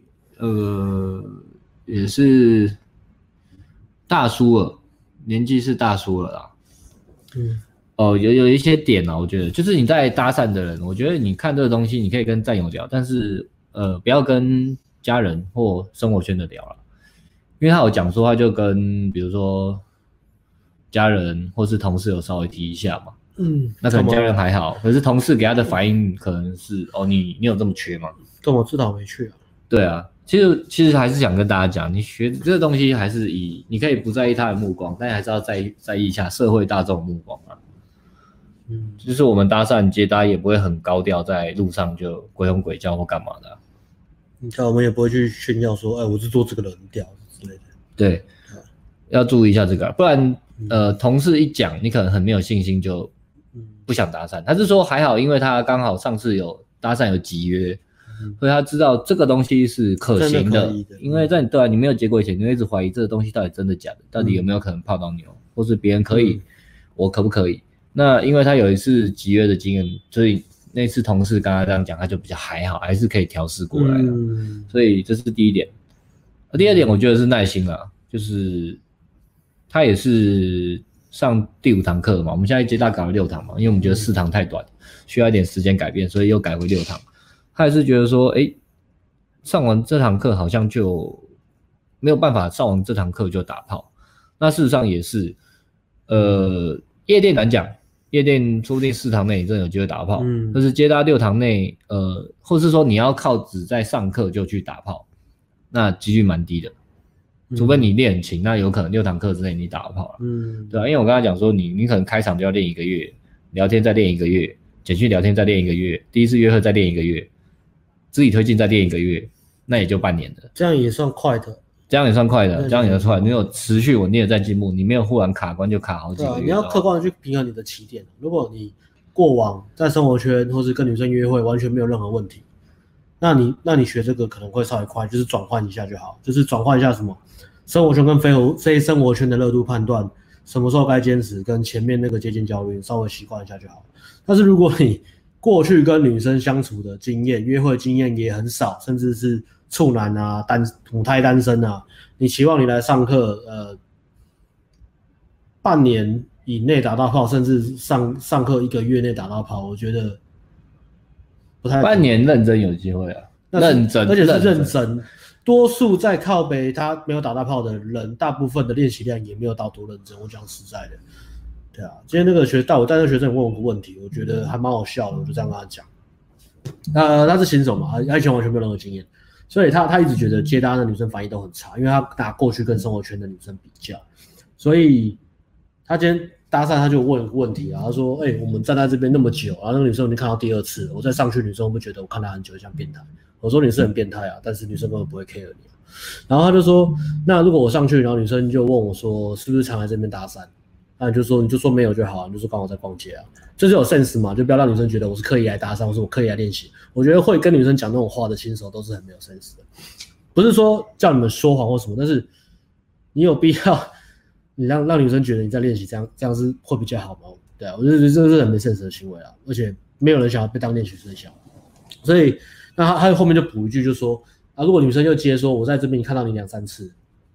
也是大叔了，年纪是大叔了啦。有一些点啊，我觉得就是你在搭讪的人，我觉得你看这个东西，你可以跟战友聊，但是不要跟家人或生活圈的聊啦，因为他有讲说，他就跟比如说家人或是同事有稍微提一下嘛，那可能家人还好，可是同事给他的反应可能是你有这么缺吗？ 这么自讨没趣啊？ 对啊，其实还是想跟大家讲，你学这个东西还是你可以不在意他的目光，但还是要在意一下社会大众的目光啊。就是我们搭讪接搭也不会很高调，在路上就鬼吼鬼叫或干嘛的啊。 你看我们也不会去炫耀说，我是做这个人调之类的。 对，要注意一下这个，不然同事一讲，你可能很没有信心，就不想搭讪。他是说还好，因为他刚好上次有搭讪有集约，所以他知道这个东西是可行的。因为在你没有结果以前，你会一直怀疑这个东西到底真的假的，到底有没有可能泡到妞，或是别人可以，我可不可以？那因为他有一次集约的经验，所以那次同事跟他这样讲，他就比较还好，还是可以调试过来的。所以这是第一点。第二点，我觉得是耐心啦，就是他也是上第5堂课嘛，我们现在接大改了6堂嘛，因为我们觉得4堂太短，需要一点时间改变，所以又改回6堂。他也是觉得说，上完这堂课好像就没有办法上完这堂课就打炮。那事实上也是，夜店难讲，夜店说不定4堂内你真的有机会打炮，但是接搭6堂内，或是说你要靠只在上课就去打炮，那几率蛮低的。除非你练很勤，那有可能6堂课之内你打炮了。对啊，因为我刚才讲说你可能开场就要练1个月，聊天再练1个月，简讯聊天再练1个月，第一次约会再练1个月，肢体推进再练1个月，那也就半年的。 这样也算快的。 这样也算快的，这样也算快。你有持续稳定的在进步，你没有忽然卡关就卡好几个月。 你要客观的去平衡你的起点。如果你过往在生活圈或是跟女生约会完全没有任何问题，那你学这个可能会稍微快，就是转换一下就好，就是转换一下什么生活圈跟非生活圈的热度判断，什么时候该坚持，跟前面那个接近焦虑稍微习惯一下就好。但是如果你过去跟女生相处的经验、约会经验也很少，甚至是处男啊、母胎单身啊，你期望你来上课，半年以内打到炮，甚至上课1个月内打到炮，我觉得不太可能。 半年认真有机会啊，认真， 而且是认真。多数在靠北他没有打到炮的人，大部分的练习量也没有到多认真。我讲实在的，对啊，今天那个我带那个学生问我个问题，我觉得还蛮好笑的，我就这样跟他讲。他是新手嘛，他以前完全没有任何经验。所以他一直觉得接搭的女生反应都很差，因为他拿过去跟生活圈的女生比较，所以他今天搭讪他就问问题啊，他说：“我们站在这边那么久，然后那个女生已经看到第2次了，我再上去，女生会不会觉得我看她很久像变态？”我说：“你是很变态啊，但是女生根本不会 care 你啊。”然后他就说：“那如果我上去，然后女生就问我说，是不是常来这边搭讪？ 那你就说没有就好，你就说刚好在逛街啊，这就有 sense 嘛，就不要让女生觉得我是刻意来搭讪，或是我刻意来练习。我觉得会跟女生讲那种话的新手都是很没有 sense 的，不是说叫你们说谎或什么，但是你有必要你让女生觉得你在练习，这样是会比较好吗？对啊，我觉得这是很没 sense 的行为啊，而且没有人想要被当练习对象，所以那他后面就补一句，就说啊，如果女生又接说我在这边看到你2-3次，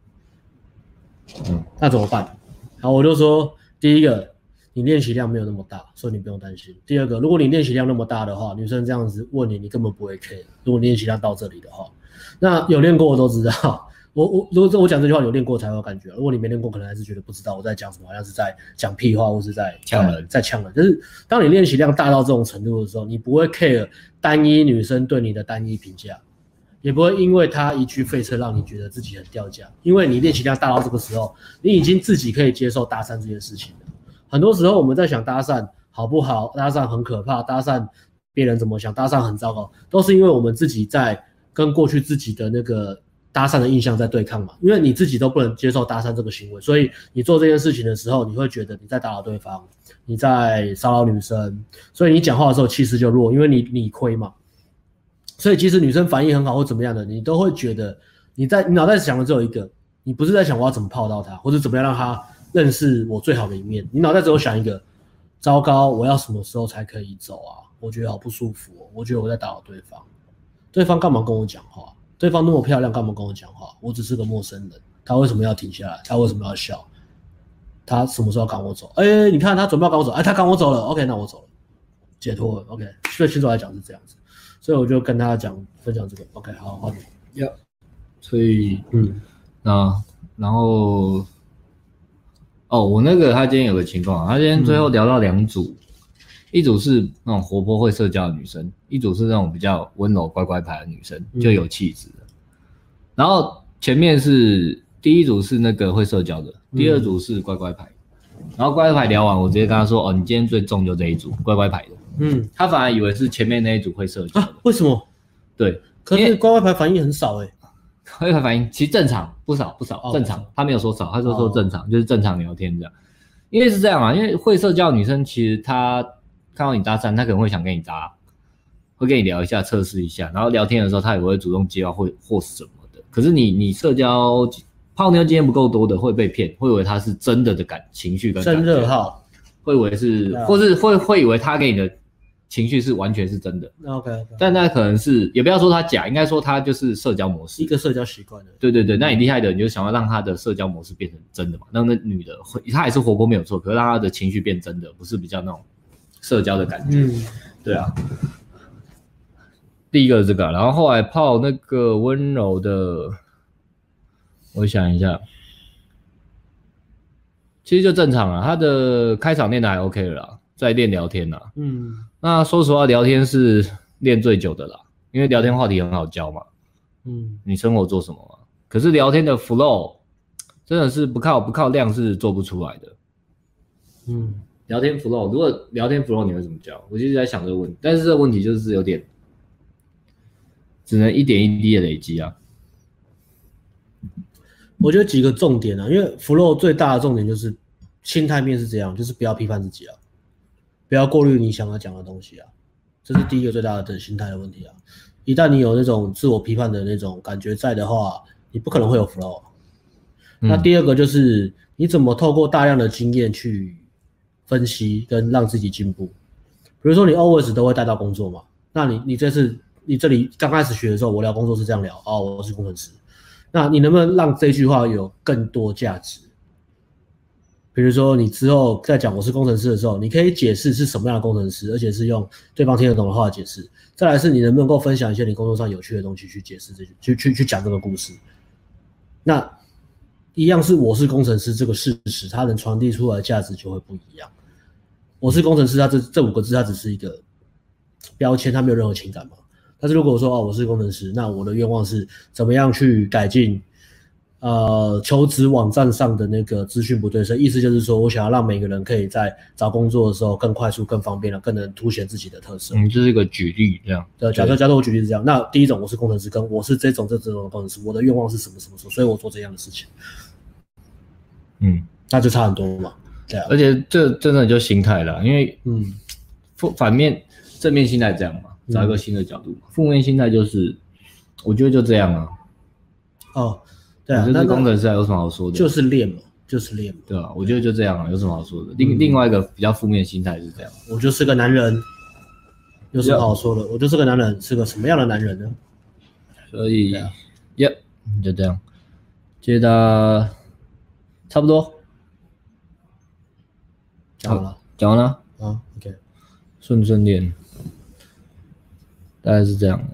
那怎么办？然后我就说，第一个，你练习量没有那么大，所以你不用担心。第二个，如果你练习量那么大的话，女生这样子问你，你根本不会 care。如果你练习量到这里的话，那有练过的都知道。如果我讲这句话有练过才有感觉，如果你没练过，可能还是觉得不知道我在讲什么，好像是在讲屁话，或是在呛人。就是当你练习量大到这种程度的时候，你不会 care 单一女生对你的单一评价，也不会因为她一句废车让你觉得自己很掉价，因为你练习量大到这个时候，你已经自己可以接受搭讪这件事情了。很多时候我们在想搭讪好不好，搭讪很可怕，搭讪别人怎么想，搭讪很糟糕，都是因为我们自己在跟过去自己的那个搭讪的印象在对抗嘛，因为你自己都不能接受搭讪这个行为，所以你做这件事情的时候，你会觉得你在打扰对方，你在骚扰女生，所以你讲话的时候气势就弱，因为你亏嘛。所以即使女生反应很好或怎么样的，你都会觉得你脑袋想的只有一个，你不是在想我要怎么泡到她，或者怎么样让她认识我最好的一面，你脑袋只有想一个，糟糕，我要什么时候才可以走啊？我觉得好不舒服哦，我觉得我在打扰对方，对方干嘛跟我讲话？对方那么漂亮，干嘛跟我讲话？我只是个陌生人，他为什么要停下来？他为什么要笑？他什么时候赶我走？你看他准备要赶我走，他赶我走了 ，OK， 那我走了，解脱了 ，OK。对新手来讲是这样子，所以我就跟他分享这个 ，OK， 好，换你。 所以然后我那个他今天有个情况，他今天最后聊到2组，一组是那种活泼会社交的女生，一组是那种比较温柔乖乖牌的女生，就有气质的。然后前面是第一组是那个会社交的，第二组是乖乖牌。然后乖乖牌聊完，我直接跟他说：“你今天最重就这一组乖乖牌的。”他反而以为是前面那一组会社交的。 为什么？ 对， 可是乖乖牌反应很少乖乖牌反应其实正常，不少，正常。他没有说少，他就说正常，就是正常聊天这样。因为是这样啊，因为会社交的女生其实她看到你搭讪，她可能会想跟你搭，会跟你聊一下，测试一下，然后聊天的时候她也会主动接话或是什么的。可是你社交泡妞经验不够多的会被骗，会以为他是真的情绪跟真热号， 会以为是，或是会以为他给你的情绪是完全是真的。 OK， 但那可能是也不要说他假，应该说他就是社交模式， 一个社交习惯的。 对，那你厉害的，你就想要让他的社交模式变成真的嘛，让那女的她还是活泼没有错，可是让她的情绪变真的，不是比较那种社交的感觉。对啊。第一个是这个，然后后来泡那个温柔的，我想一下，其实就正常了，他的开场练的还 OK 了啦，在练聊天啦。那说实话，聊天是练最久的啦，因为聊天话题很好教嘛。你生活做什么嘛？可是聊天的 flow 真的是不靠量是做不出来的。聊天 flow， 如果聊天 flow 你会怎么教？我一直在想这个问题，但是这个问题就是有点只能一点一滴的累积啊。 我觉得几个重点啊，因为 flow 最大的重点就是心态面是这样，就是不要批判自己啊，不要过滤你想要讲的东西啊，这是第一个最大的心态的问题啊。一旦你有那种自我批判的那种感觉在的话，你不可能会有 flow。那第二个就是你怎么透过大量的经验去分析跟让自己进步。比如说你 always 都会带到工作嘛，那你这次你这里刚开始学的时候，我聊工作是这样聊，我是工程师。那你能不能让这句话有更多价值？比如说你之后在讲我是工程师的时候，你可以解释是什么样的工程师，而且是用对方听得懂的话解释。再来是你能不能够分享一些你工作上有趣的东西去解释去讲这个故事。那一样是我是工程师这个事实，它能传递出来的价值就会不一样。我是工程师，它这5个字它只是一个标签，它没有任何情感嘛。但是如果说我是工程师，那我的愿望是怎么样去改进求职网站上的那个资讯不对称，意思就是说我想要让每个人可以在找工作的时候更快速、更方便了，更能凸显自己的特色。 这是一个举例这样。 对，假设我举例是这样，那第一种我是工程师，跟我是这种的工程师，我的愿望是什么，所以我做这样的事情。那就差很多嘛。 对啊， 而且这真的就心态了，因为反面正面心态这样嘛，找一个新的角度嘛，负面心态就是我觉得就这样啊。 哦，对啊， 那工程师有什么好说的？ 就是练嘛，就是练嘛。 对啊，我觉得就这样啊，有什么好说的？另外一个比较负面心态是这样， 我就是个男人，有什么好说的？我就是个男人，是个什么样的男人呢？ 所以就这样，接着差不多讲完了， 讲完了啊 ，OK， 顺练，大概是这样。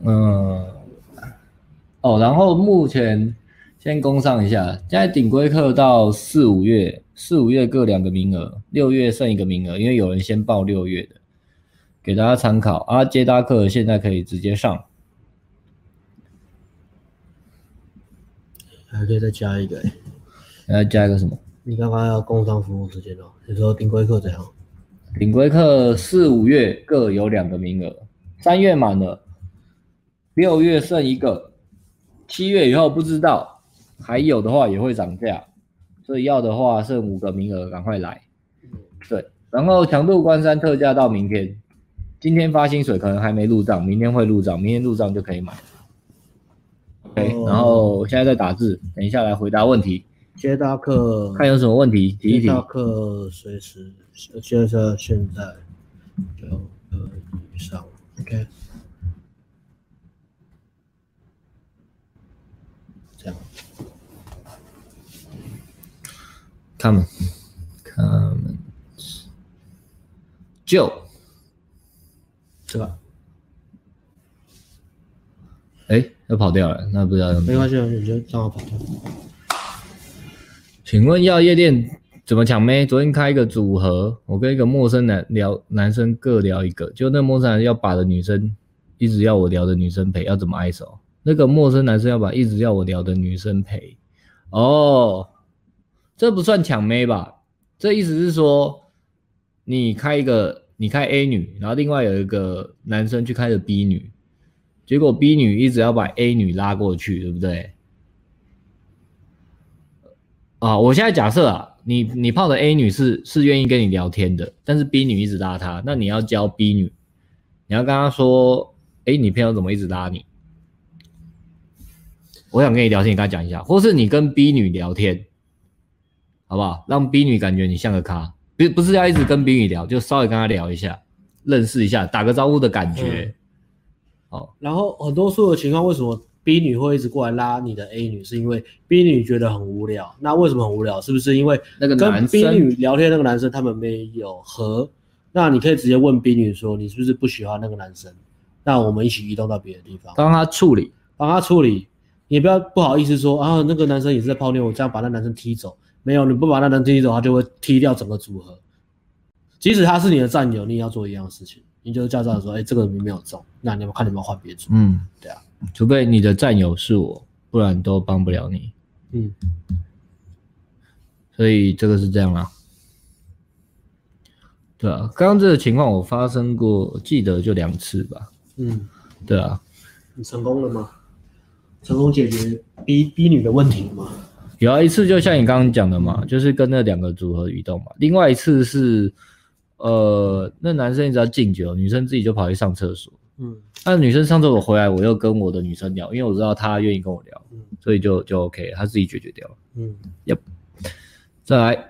然后目前先工商一下，现在顶规课到4、5月各2个名额，6月剩1个名额，因为有人先报6月的，给大家参考啊。接搭课现在可以直接上， 还可以再加一个再加一个什么？ 你刚刚要工商服务时间哦，你说顶规课怎样？ 顶规课4、5月各有2个名额，3月满了，6月剩1个，7月以后不知道，还有的话也会涨价，所以要的话剩5个名额，赶快来。对，然后强度关山特价到明天，今天发薪水可能还没入账，明天会入账，明天入账就可以买。OK，然后现在在打字，等一下来回答问题。 接搭课看有什么问题提一提。 接搭课随时，现在就可以上 ，OK。这样。 Come，就这个。 又跑掉了，那不知道没关系，你就让我跑掉。 请问要夜店怎么抢妹？昨天开一个组合，我跟一个陌生男生各聊一个，就那陌生男要把的女生一直要我聊的女生陪，要怎么挨手？那个陌生男生要把一直要我聊的女生陪。哦，这不算抢妹吧？这意思是说，你开 A 女，然后另外有一个男生去开的 B 女，结果 B 女一直要把 A 女拉过去，对不对？我现在假设你泡的 A 女是愿意跟你聊天的，但是 B 女一直拉她，那你要教 B 女，你要跟她说，你朋友怎么一直拉你？我想跟你聊天，你跟她讲一下，或是你跟 B 女聊天，好不好？让 B 女感觉你像个咖，不是要一直跟 B 女聊，就稍微跟她聊一下，认识一下，打个招呼的感觉。 然后很多数的情况，为什么 B 女会一直过来拉你的 A 女，是因为 B 女觉得很无聊。那为什么很无聊？是不是因为那个男生跟 B 女聊天那个男生他们没有合？那你可以直接问 B 女说，你是不是不喜欢那个男生？那我们一起移动到别的地方， 帮他处理。 你不要不好意思说那个男生也是在泡妞，我这样把那男生踢走。没有，你不把那男生踢走，他就会踢掉整个组合。即使他是你的战友，你也要做一样的事情。你就叫战友说，这个没有中，那你们看你们换别组。对啊， 除非你的战友是我，不然都帮不了你。所以这个是这样啦。对啊，刚刚这个情况我发生过，记得就2次吧。对啊。 你成功了吗？成功解决 B 女的问题了吗？ 有一次就像你刚刚讲的嘛，就是跟那2个组合移动嘛。另外一次是那男生一直要敬酒，女生自己就跑去上厕所。那女生上厕所回来，我又跟我的女生聊，因为我知道她愿意跟我聊，所以就 OK， 她自己解决掉了。再来，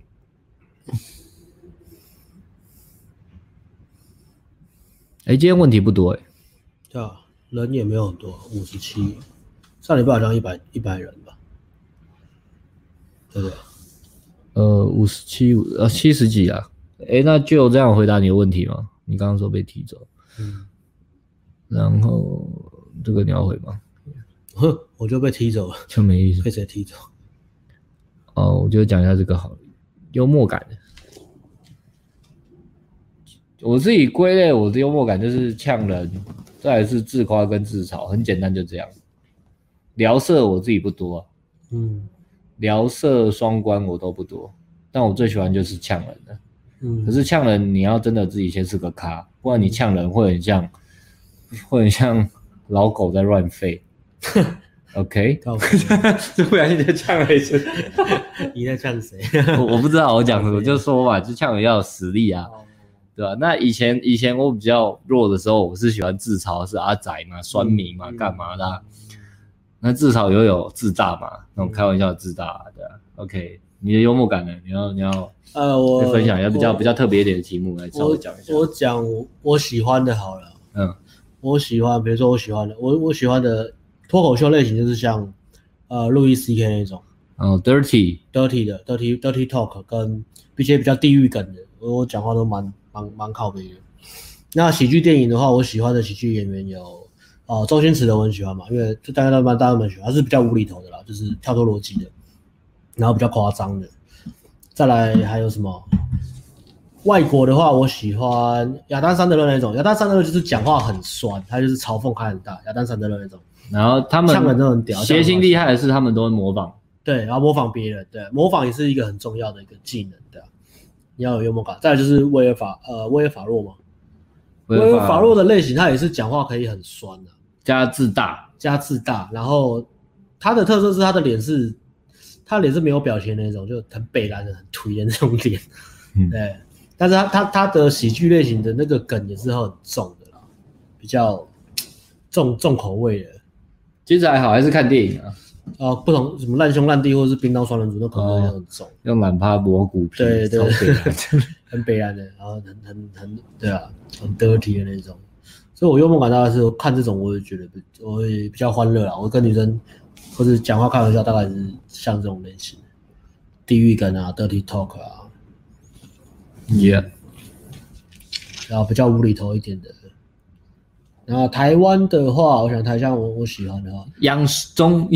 今天问题不多对啊，人也没有很多，57，上礼拜好像100人吧，对不对 ？57、70几啊？那就这样回答你的问题吗？你刚刚说被踢走，然后这个你要回吗？ 我就被踢走了， 就没意思， 被谁踢走？ 我就讲一下这个好了，幽默感的。我自己归类我的幽默感就是呛人，再来是自夸跟自嘲，很简单就这样。聊色我自己不多聊色双关我都不多，但我最喜欢就是呛人的。可是呛人你要真的自己先是个咖，不然你呛人会很像老狗在乱吠。 OK， 就不小心就呛了一次。 你在呛谁？ 我不知道我讲什么，就说嘛，就呛人要有实力啊，对吧？那以前我比较弱的时候，我是喜欢自嘲是阿仔嘛、酸民嘛、干嘛的、啊。那自嘲又有自大嘛，那种开玩笑的自大，对啊。OK， 你的幽默感呢？你要我分享一下比较特别一点的题目来稍微讲一下。 我讲我喜欢的好了。我喜欢，比如说我喜欢的脱口秀类型就是像路易 CK 那种。 dirty 的 dirty talk 跟一些比较地狱梗的，我讲话都蛮靠北的。那喜剧电影的话，我喜欢的喜剧演员有周星驰的我很喜欢嘛，因为就大家都蛮喜欢，他是比较无厘头的啦，就是跳脱逻辑的，然后比较夸张的。再来还有什么？外国的话，我喜欢亚当·桑德勒那种。亚当·桑德勒就是讲话很酸，他就是嘲讽开很大。亚当·桑德勒那种。 然后他们呛人都很屌， 谐星厉害的是他们都会模仿。 对，然后模仿别人，对，模仿也是一个很重要的一个技能，对啊。你要有幽默感。再来就是威尔法洛嘛。威尔法洛的类型，他也是讲话可以很酸的， 加自大。 然后他的特色是他脸是没有表情的那种，就很北蓝的、很颓的那种脸。对。但是他的喜剧类型的那个梗也是很重的啦，比较重口味的。 其实还好，还是看电影啊。 不同什么烂兄烂弟或者是冰刀双人组，那口味很重。 用懒趴磨骨皮， 对，很北蓝的，然后很对啊，很 dirty 的那种。所以我幽默感大概是看这种，我也觉得我会比较欢乐啦。我跟女生或者讲话开玩笑，大概是像这种类型，地狱梗啊 ，dirty talk 啊。然后比较无厘头一点的。然后台湾的话，我想台像我喜欢的话， 央视中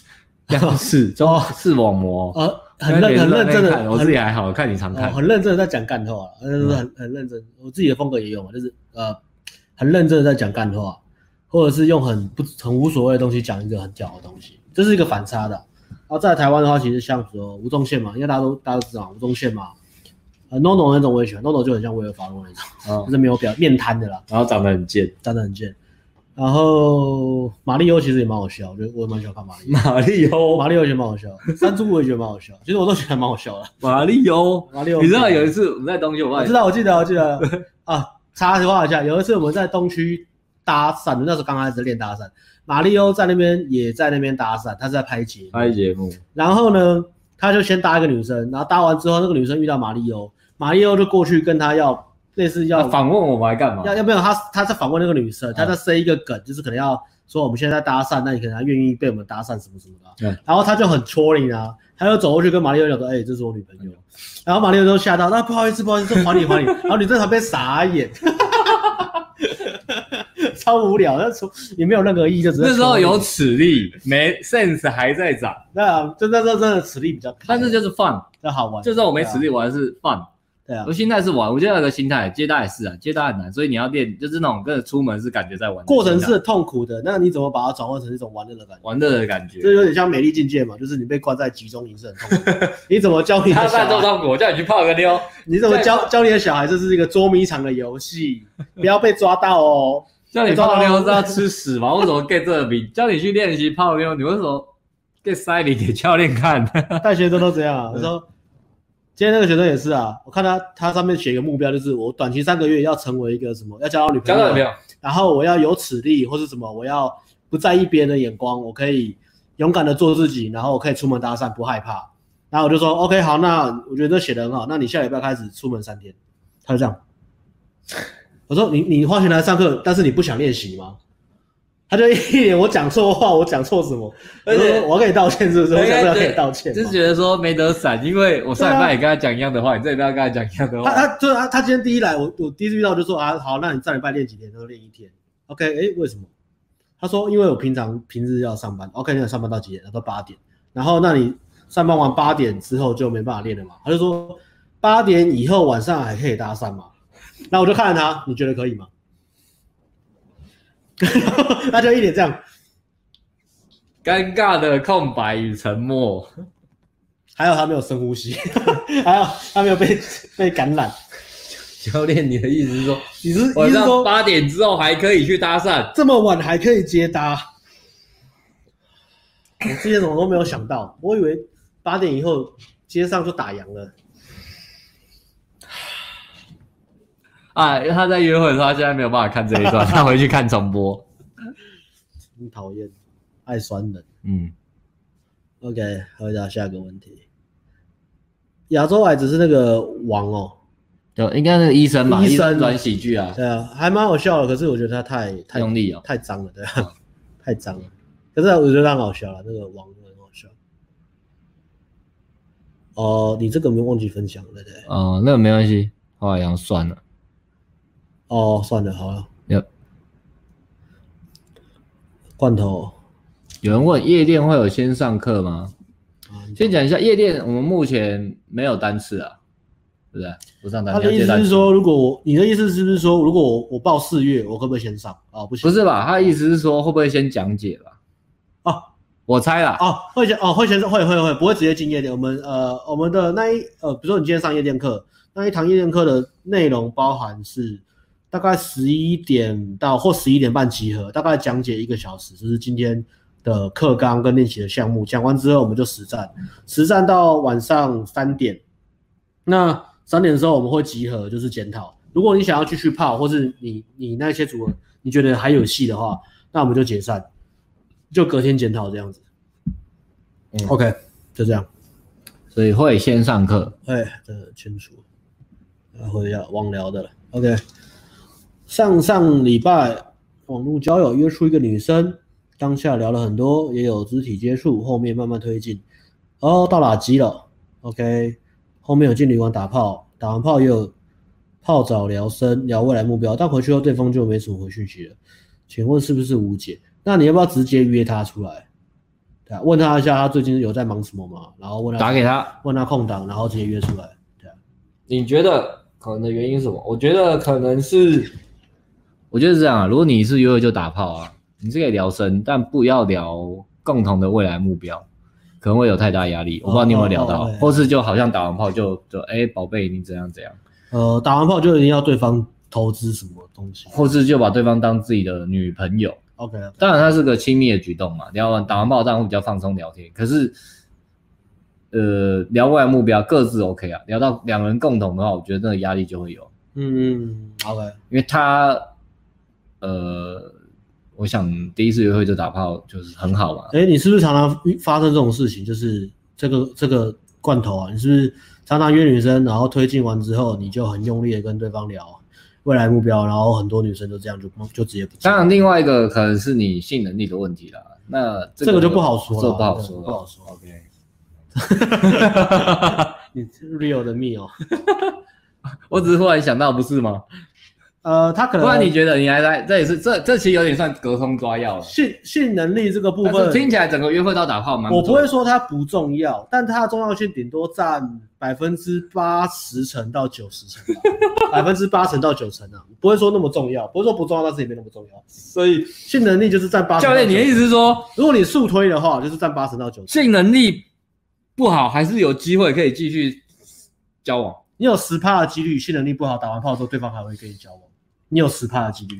视网膜， 很认真的， 我自己还好，看你常看， 很认真的在讲干话，很认真。我自己的风格也有嘛，就是很认真的在讲干话，或者是用很无所谓的东西讲一个很屌的东西，这是一个反差的。然后在台湾的话，其实像说吴宗宪嘛，因为大家都知道吴宗宪嘛。NONO 那种我也喜欢 ，NONO 就很像威尔法洛那种，就是没有面瘫的啦， 然后长得很贱。 然后马里欧其实也蛮好笑，我也蛮喜欢看马里欧也蛮好笑，山猪我也觉得蛮好笑，其实我都觉得蛮好笑的。马里欧， 你知道有一次我们在东区，我知道，我记得啊，插话一下，有一次我们在东区搭讪，那时候刚开始练搭讪，马里欧在那边搭讪，他是在拍节目，然后呢，他就先搭一个女生，然后搭完之后，那个女生遇到马里欧就过去跟他要类似要访问我们还干嘛？ 要没有他在访问那个女生，他在塞一个梗，就是可能要说我们现在在搭讪，那你可能还愿意被我们搭讪什么什么的。然后他就很戳你啊，他就走过去跟马里欧讲说：“这是我女朋友。”然后马里欧就吓到，那不好意思，就还你。然后你在旁边傻眼，超无聊，也没有任何意义，就只是那时候有齿力，没 sense 还在长。 那就那时候真的齿力比较开， 但是就是 fun， 就好玩。 就是我没齿力，我还是 fun。对啊，我心态是玩，我觉得有个心态，接搭也是啊，接搭很难，所以你要练，就是那种跟着出门是感觉在玩， 过程是痛苦的，那你怎么把它转换成一种玩乐的感觉？这有点像美丽境界嘛，就是你被关在集中营是很痛苦，你怎么教你的小孩？ 他痛苦，我叫你去泡个妞， 你怎么教你的小孩？这是一个捉迷藏的游戏，不要被抓到哦。 叫你泡妞是要吃屎吗？为什么 get 这个名？叫你去练习泡妞，你为什么 get 塞里给教练看？ 带学生都这样啊，我说。今天那个学生也是啊，我看他上面写一个目标，就是我短期3个月要成为一个什么，要交到女朋友，然后我要有齿力或是什么，我要不在意别人的眼光，我可以勇敢的做自己，然后我可以出门搭讪不害怕。然后我就说 OK 好，那我觉得这写得很好，那你下礼拜开始出门3天。他就这样，我说你花钱来上课，但是你不想练习吗？他就一脸我讲错话，我讲错什么？而且我要跟你道歉，是不是？我想要跟你道歉， 就是觉得说没得闪，因为我上礼拜也跟他讲一样的话，你这礼拜要跟他讲一样的话。 他今天第一来，我第一次遇到就说啊，好，那你上礼拜练几天？他说练1天。OK， 为什么？他说因为我平日要上班。OK， 那你上班到几点？他说8点。然后那你上班完8点之后就没办法练了嘛？他就说8点以后晚上还可以搭讪嘛？那我就看着他，你觉得可以吗？他就一脸这样， 尴尬的空白与沉默。 还有他没有深呼吸，还有他没有被感染。 教练，你的意思是说， 你是晚上8点之后还可以去搭讪， 这么晚还可以接搭？ 我之前怎么都没有想到，我以为8点以后街上就打烊了。 啊，他在约会的时候，他现在没有办法看这一段，他回去看重播。 很讨厌，爱酸人。OK， 回答下一个问题。亚洲矮子是那个王哦， 就应该那个医生吧，医生转喜剧啊。 对啊，还蛮好笑的，可是我觉得他太用力哦， 太脏了，对啊，太脏了。可是我觉得他很好笑了，那个王很好笑。哦，你这个没忘记分享，对不对？ 哦，那个没关系，后来想算了。 哦，算了，好了。罐头， 有人问夜店会有先上课吗？先讲一下夜店，我们目前没有单次啊，对不对？不上单次。 他的意思是说，如果你的意思是不是说，如果我报4月，我可不可以先上？哦，不行。 不是吧？他的意思是说，会不会先讲解吧？ 哦， 我猜啦。 哦，会先会，不会直接进夜店。我们的那一比如说你今天上夜店课，那一堂夜店课的内容包含是大概11点到或11点半集合，大概讲解1个小时，就是今天的课纲跟练习的项目。讲完之后我们就实战到晚上3点。那3点的时候我们会集合，就是检讨。如果你想要继续泡，或是你那些组合你觉得还有戏的话，那我们就解散，就隔天检讨这样子。OK， 就这样。 所以会先上课。 这清楚。回要网聊的了。OK， 上礼拜网络交友约出一个女生，当下聊了很多，也有肢体接触，后面慢慢推进。到打机了。OK， 后面有进旅馆打炮，打完炮也有泡澡聊深，聊未来目标，但回去后对方就没什么回讯息了。请问是不是无解？那你要不要直接约他出来？对啊，问他一下他最近有在忙什么吗？然后问他打给他， 问他空档，然后直接约出来。对啊， 你觉得可能的原因是什么？我觉得可能是，我觉得是这样啊。如果你是约会就打炮啊，你是可以聊深，但不要聊共同的未来目标，可能会有太大压力。我不知道你有没有聊到，或是就好像打完炮就宝贝你怎样怎样。 打完炮就一定要对方投资什么东西， 或是就把对方当自己的女朋友。 OK， 当然它是个亲密的举动嘛，打完炮当然会比较放松聊天，可是聊未来目标各自 OK 啊，聊到2人共同的话，我觉得那个压力就会有。 OK， 因为他我想第一次约会就打炮就是很好嘛。 你是不是常常发生这种事情？就是这个罐头啊，你是不是常常约女生，然后推进完之后，你就很用力的跟对方聊未来目标，然后很多女生都这样就直接不。 当然，另外一个可能是你性能力的问题啦。那这个就不好说了， 这不好说， 不好说。 OK， 你 real 的密哦。 我只是忽然想到，不是吗？ 他可能。 不然你觉得你还这也是这其实有点算隔空抓药了。 性能力这个部分听起来整个约会到打炮蛮。 我不会说它不重要，但它的重要性顶多占80%到90%吧，80%到90%啊，不会说那么重要，不会说不重要，但是也没那么重要。所以性能力就是占80%。 教练，你的意思是说， 如果你速推的话，就是占80%到90%。 性能力不好，还是有机会可以继续交往？ 你有10%的几率，性能力不好，打完炮之后对方还会跟你交往。你有10%的几率。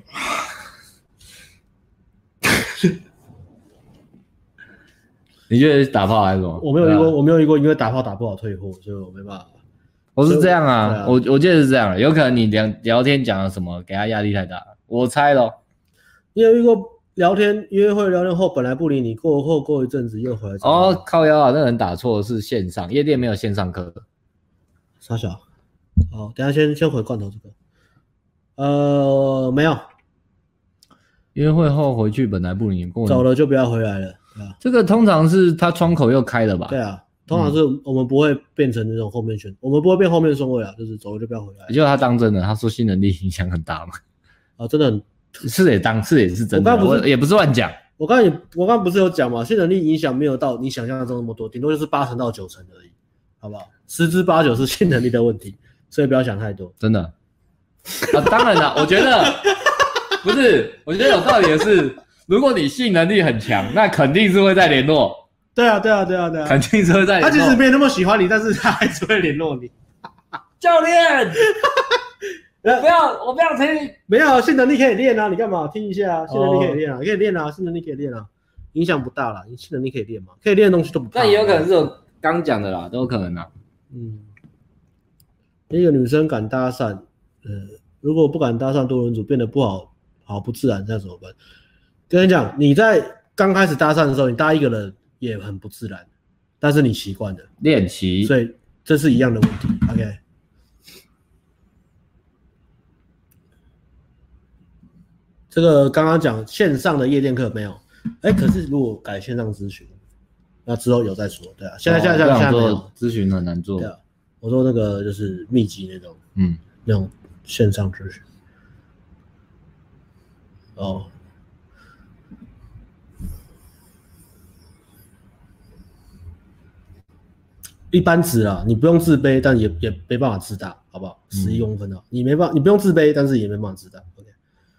你觉得打炮还是什么？ 我没有遇过，因为打炮打不好退货，所以我没办法。 我是这样啊，我记得是这样，有可能你聊天讲了什么，给他压力太大，我猜咯。 你有遇过约会聊天后本来不理你，过一阵子又回来？ 靠腰啊，那人打错是线上，夜店没有线上课。 傻小。好，等一下先回罐头这个。没有。 约会后回去本来不理你， 走了就不要回来了。 这个通常是他窗口又开了吧？ 对啊，通常是我们不会变成那种后面我们不会变后面顺位啊，就是走了就不要回来。 就他当真的，他说性能力影响很大嘛。 真的很是也是真的，我也不是乱讲。 我刚不是有讲嘛，性能力影响没有到你想象中那么多，顶多就是80%到90%而已，好不好？10之8九是性能力的问题，所以不要想太多。 真的。当然了，我觉得不是，我觉得有道理的是，如果你性能力很强，那肯定是会再联络。 对啊， 肯定是会再联络。 他其实没那么喜欢你，但是他还是会联络你。 教练，我不要听。 没有性能力可以练啊，你干嘛？听一下啊，性能力可以练啊，可以练啊，性能力可以练啊。 影响不大啦，性能力可以练嘛，可以练的东西都不怕。 那也有可能是我刚讲的啦，都有可能啊。 一个女生敢搭讪，如果不敢搭讪多人组，变得不自然，那怎么办？跟你讲，你在刚开始搭讪的时候，你搭一个人也很不自然，但是你习惯了， 练习， 所以这是一样的问题。OK， 这个刚刚讲线上的夜店课没有，可是如果改线上咨询，那之后有再说，对啊，现在没有咨询很难做， 对啊，我说那个就是密集那种，那种线上咨询，一般值啦，你不用自卑，但也没办法自大，好不好？11公分哦，你不用自卑，但是也没办法自大。OK，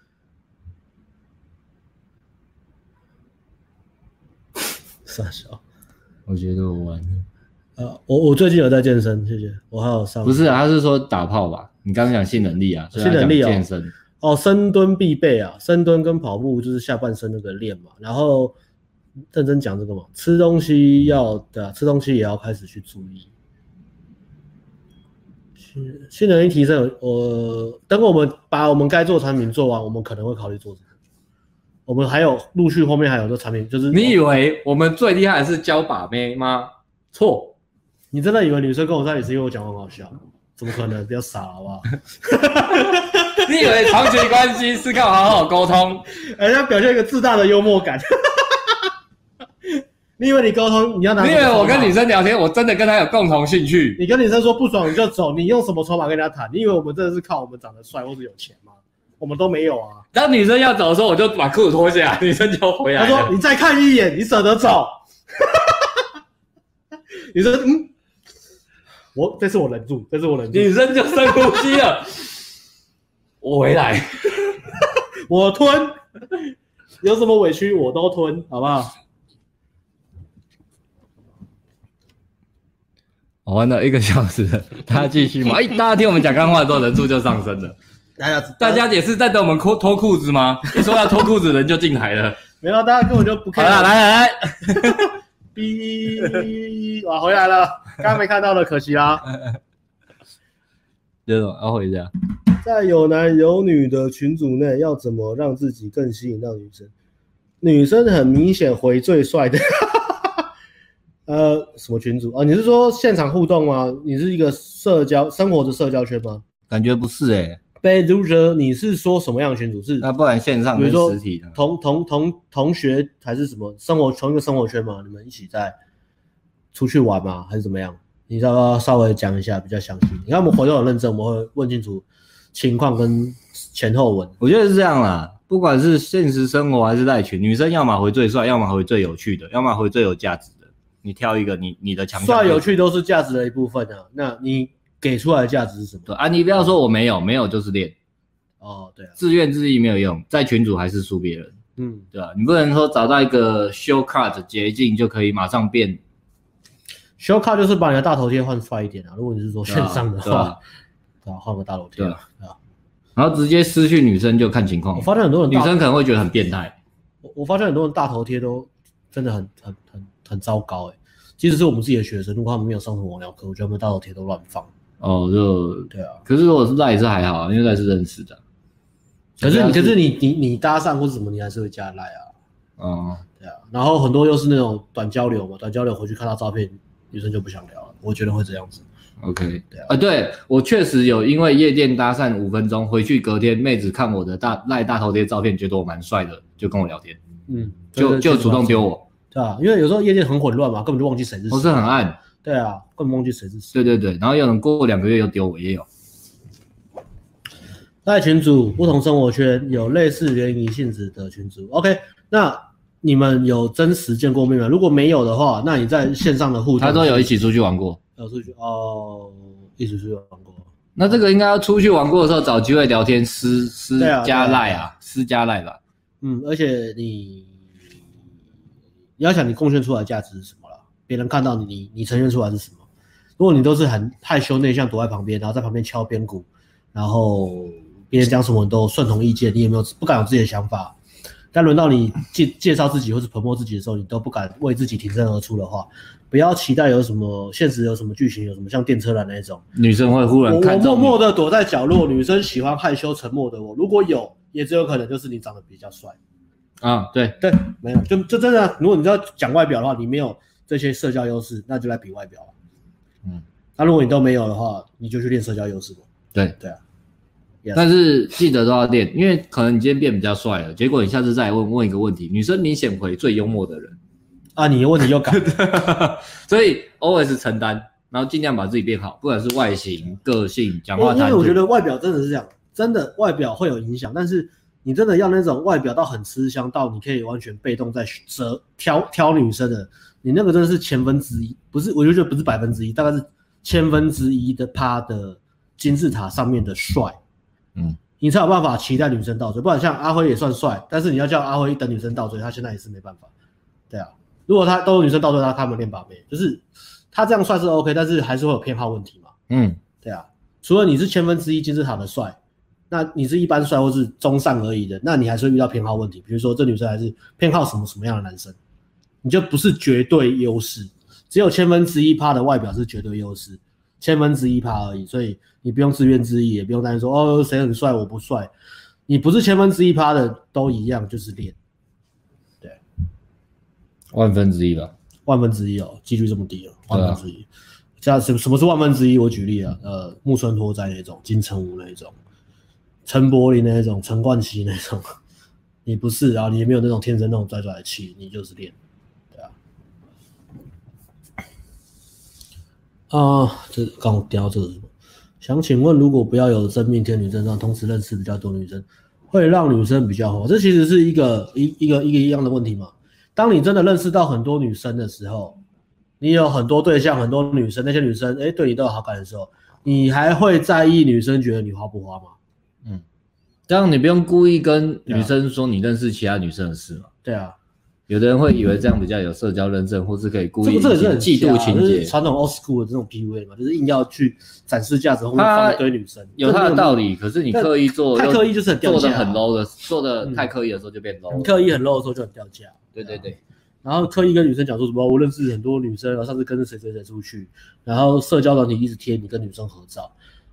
傻笑， 我觉得我完了。我最近有在健身，谢谢。我还有上。 不是啊，他是说打炮吧？你刚刚讲性能力啊， 性能力健身深蹲必备啊，深蹲跟跑步就是下半身那个练嘛，然后。认真讲这个嘛，吃东西吃东西也要开始去注意。性能力提升，等我们把我们该做的产品做完，我们可能会考虑做这个。我们还有陆续后面还有的产品，就是你以为我们最厉害的是教把妹吗？错， 你真的以为女生跟我在一起是因为我讲话很好笑？怎么可能？不要傻好不好？ 你以为长期关系是靠好好沟通？ 要表现一个自大的幽默感。你以为你沟通你要拿？ 你以为我跟女生聊天，我真的跟她有共同兴趣？ 你跟女生说不爽你就走，你用什么筹码跟人家谈？你以为我们真的是靠我们长得帅或是有钱吗？我们都没有啊。 当女生要走的时候，我就把裤子脱下来，女生就回来了。 她说：“你再看一眼，你舍得走？”女生这次我忍住， 女生就深呼吸了。我回来， 我吞，有什么委屈我都吞，好不好？ 我玩了1个小时了，大家继续吗？大家听我们讲干话的时候，人数就上升了。大家也是在等我们脱裤子吗？一说要脱裤子，人就进来了。 没有，大家根本就不看。 好了，来， 哇，回来了，刚刚没看到的，可惜啦。 这种要回家。 在有男有女的群组内，要怎么让自己更吸引到女生？女生很明显回最帅的。什么群组？你是说现场互动吗？你是一个生活的社交圈吗？ 感觉不是被loser，你是说什么样的群组？是那不然线上跟实体的同学还是什么同一个生活圈吗？你们一起在出去玩吗？还是怎么样？你要不要稍微讲一下比较详细？你看我们回头很认真，我们会问清楚情况跟前后文。 我觉得是这样啦，不管是现实生活还是赖群，女生要么回最帅，要么回最有趣的，要么回最有价值的。你挑一个你的强项。 帅有趣都是价值的一部分啊。那你给出来的价值是什么？ 对啊，你不要说我没有就是练。 对啊， 自怨自艾没有用，在群组还是输别人。对啊，你不能说找到一个 shortcut 捷径就可以马上变。 shortcut 就是把你的大头贴换帅一点啊。如果你是说线上的话，对啊，换个大头贴。对啊， 然后直接失去女生就看情况。 我发现很多人女生可能会觉得很变态。 我发现很多人大头贴都真的很糟糕即使是我们自己的学生，如果他们没有上什么网聊课，我觉得他们大头贴都乱放。对啊。 可是如果是赖是还好啊，因为赖是认识的。 可是你搭讪或是什么，你还是会加赖啊。对啊。然后很多又是那种短交流嘛，短交流回去看到照片，女生就不想聊了。我觉得会这样子。 OK， 对啊。对，我确实有因为夜店搭讪5分钟，回去隔天妹子看我的赖大头贴照片，觉得我蛮帅的，就跟我聊天。就主动丢我。 对啊，因为有时候夜店很混乱嘛，根本就忘记谁是谁。 我是很暗。 对啊，根本忘记谁是谁。 对，然后有人过2个月又丢我，也有。 在群组不同生活圈有类似联谊性质的群组 ，OK， 那你们有真实见过面吗？如果没有的话，那你在线上的互动， 他说有一起出去玩过， 一起出去玩过。 那这个应该要出去玩过的时候找机会聊天，私加赖啊，私加赖吧。 而且你要想你贡献出来的价值是什么啦，别人看到你呈现出来是什么。如果你都是很害羞内向，躲在旁边，然后在旁边敲边鼓，然后别人讲什么你都顺从意见，你也没有不敢有自己的想法， 但轮到你介绍自己或是promote自己的时候，你都不敢为自己挺身而出的话，不要期待有什么现实有什么剧情，有什么像电车男那种女生会忽然看我默默的躲在角落，女生喜欢害羞沉默的我，如果有，也只有可能就是你长得比较帅啊，对， 没有就真的，如果你要讲外表的话，你没有这些社交优势，那就来比外表。那如果你都没有的话，你就去练社交优势吧。对啊。 但是记得都要练，因为可能你今天变比较帅了，结果你下次再问一个问题，女生明显回最幽默的人啊，你的问题又改， 所以 always 承担，然后尽量把自己变好，不管是外形、个性、讲话态度。 因为我觉得外表真的是这样，真的外表会有影响，但是你真的要那种外表到很吃香，到你可以完全被动在挑女生的，你那个真的是1/1000，不是，我就觉得不是1%，大概是1/1000的趴的金字塔上面的帅。你才有办法期待女生倒追，不然像阿辉也算帅，但是你要叫阿辉等女生倒追，他现在也是没办法。对啊，如果他都有女生倒追他们练把妹，就是他这样帅是 OK， 但是还是会有偏好问题嘛。对啊，除了你是1/1000金字塔的帅，那你是一般帅或是中上而已的，那你还是会遇到偏好问题，比如说这女生还是偏好什么样的男生，你就不是绝对优势，只有1/1000%的外表是绝对优势，1/1000%而已，所以你不用自怨自艾，也不用担心说谁很帅我不帅，你不是1/1000%的都一样，就是练。对 ，1/1000吧 ，1/1000哦，几率这么低哦，1/1000。像什么是1/1000？我举例啊，木村拓哉那种，金城武那种，陈柏霖那种，陈冠希那种，你不是啊，你也没有那种天生那种拽拽的气，你就是练。这刚我聊这个是什么？想请问，如果不要有真命天女症状，同时认识比较多女生，会让女生比较好？这其实是一样的问题嘛。当你真的认识到很多女生的时候，你有很多对象，很多女生，那些女生对你都有好感的时候，你还会在意女生觉得你花不花吗？ 这样你不用故意跟女生说你认识其他女生的事嘛。 对啊。 有的人会以为这样比较有社交认证，或是可以故意这个是很嫉妒情节， 传统 old school 的这种 PUA 嘛，就是硬要去展示价值，后面放一堆女生， 有它的道理。可是你刻意做， 太刻意就是很掉价， 做的很 low 的，做的太刻意的时候就变 low。 你刻意很 low 的时候就很掉价。 对。 然后刻意跟女生讲说什么，我认识很多女生，然后上次跟着谁出去，然后社交软体一直贴你跟女生合照。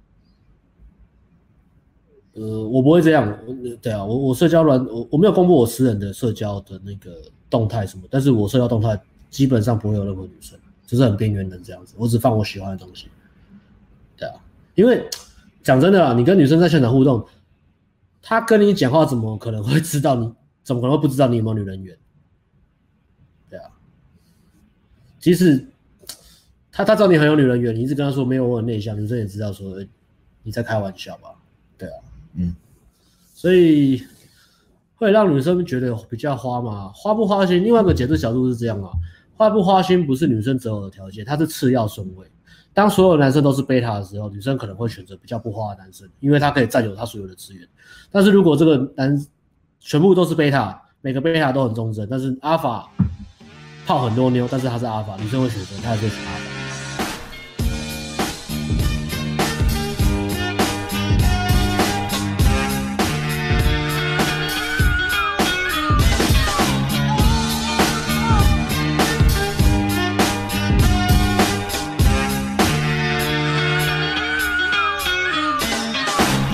我不会这样，对啊，我社交我没有公布我私人的社交的那个动态什么，但是我社交动态基本上不会有任何女生，就是很边缘的这样子，我只放我喜欢的东西。对啊，因为讲真的啦，你跟女生在现场互动，她跟你讲话怎么可能会知道你，怎么可能会不知道你有没有女人缘？对啊，即使她知道你很有女人缘，你一直跟她说没有我很内向，女生也知道说你在开玩笑吧？对啊。所以会让女生觉得比较花嘛？花不花心？另外一个解释角度是这样啊，花不花心不是女生择偶的条件，它是次要顺位。当所有男生都是贝塔的时候，女生可能会选择比较不花的男生，因为他可以占有他所有的资源。但是如果这个全部都是贝塔，每个贝塔都很忠贞，但是阿法泡很多妞，但是他是阿法，女生会选择他还是选阿法。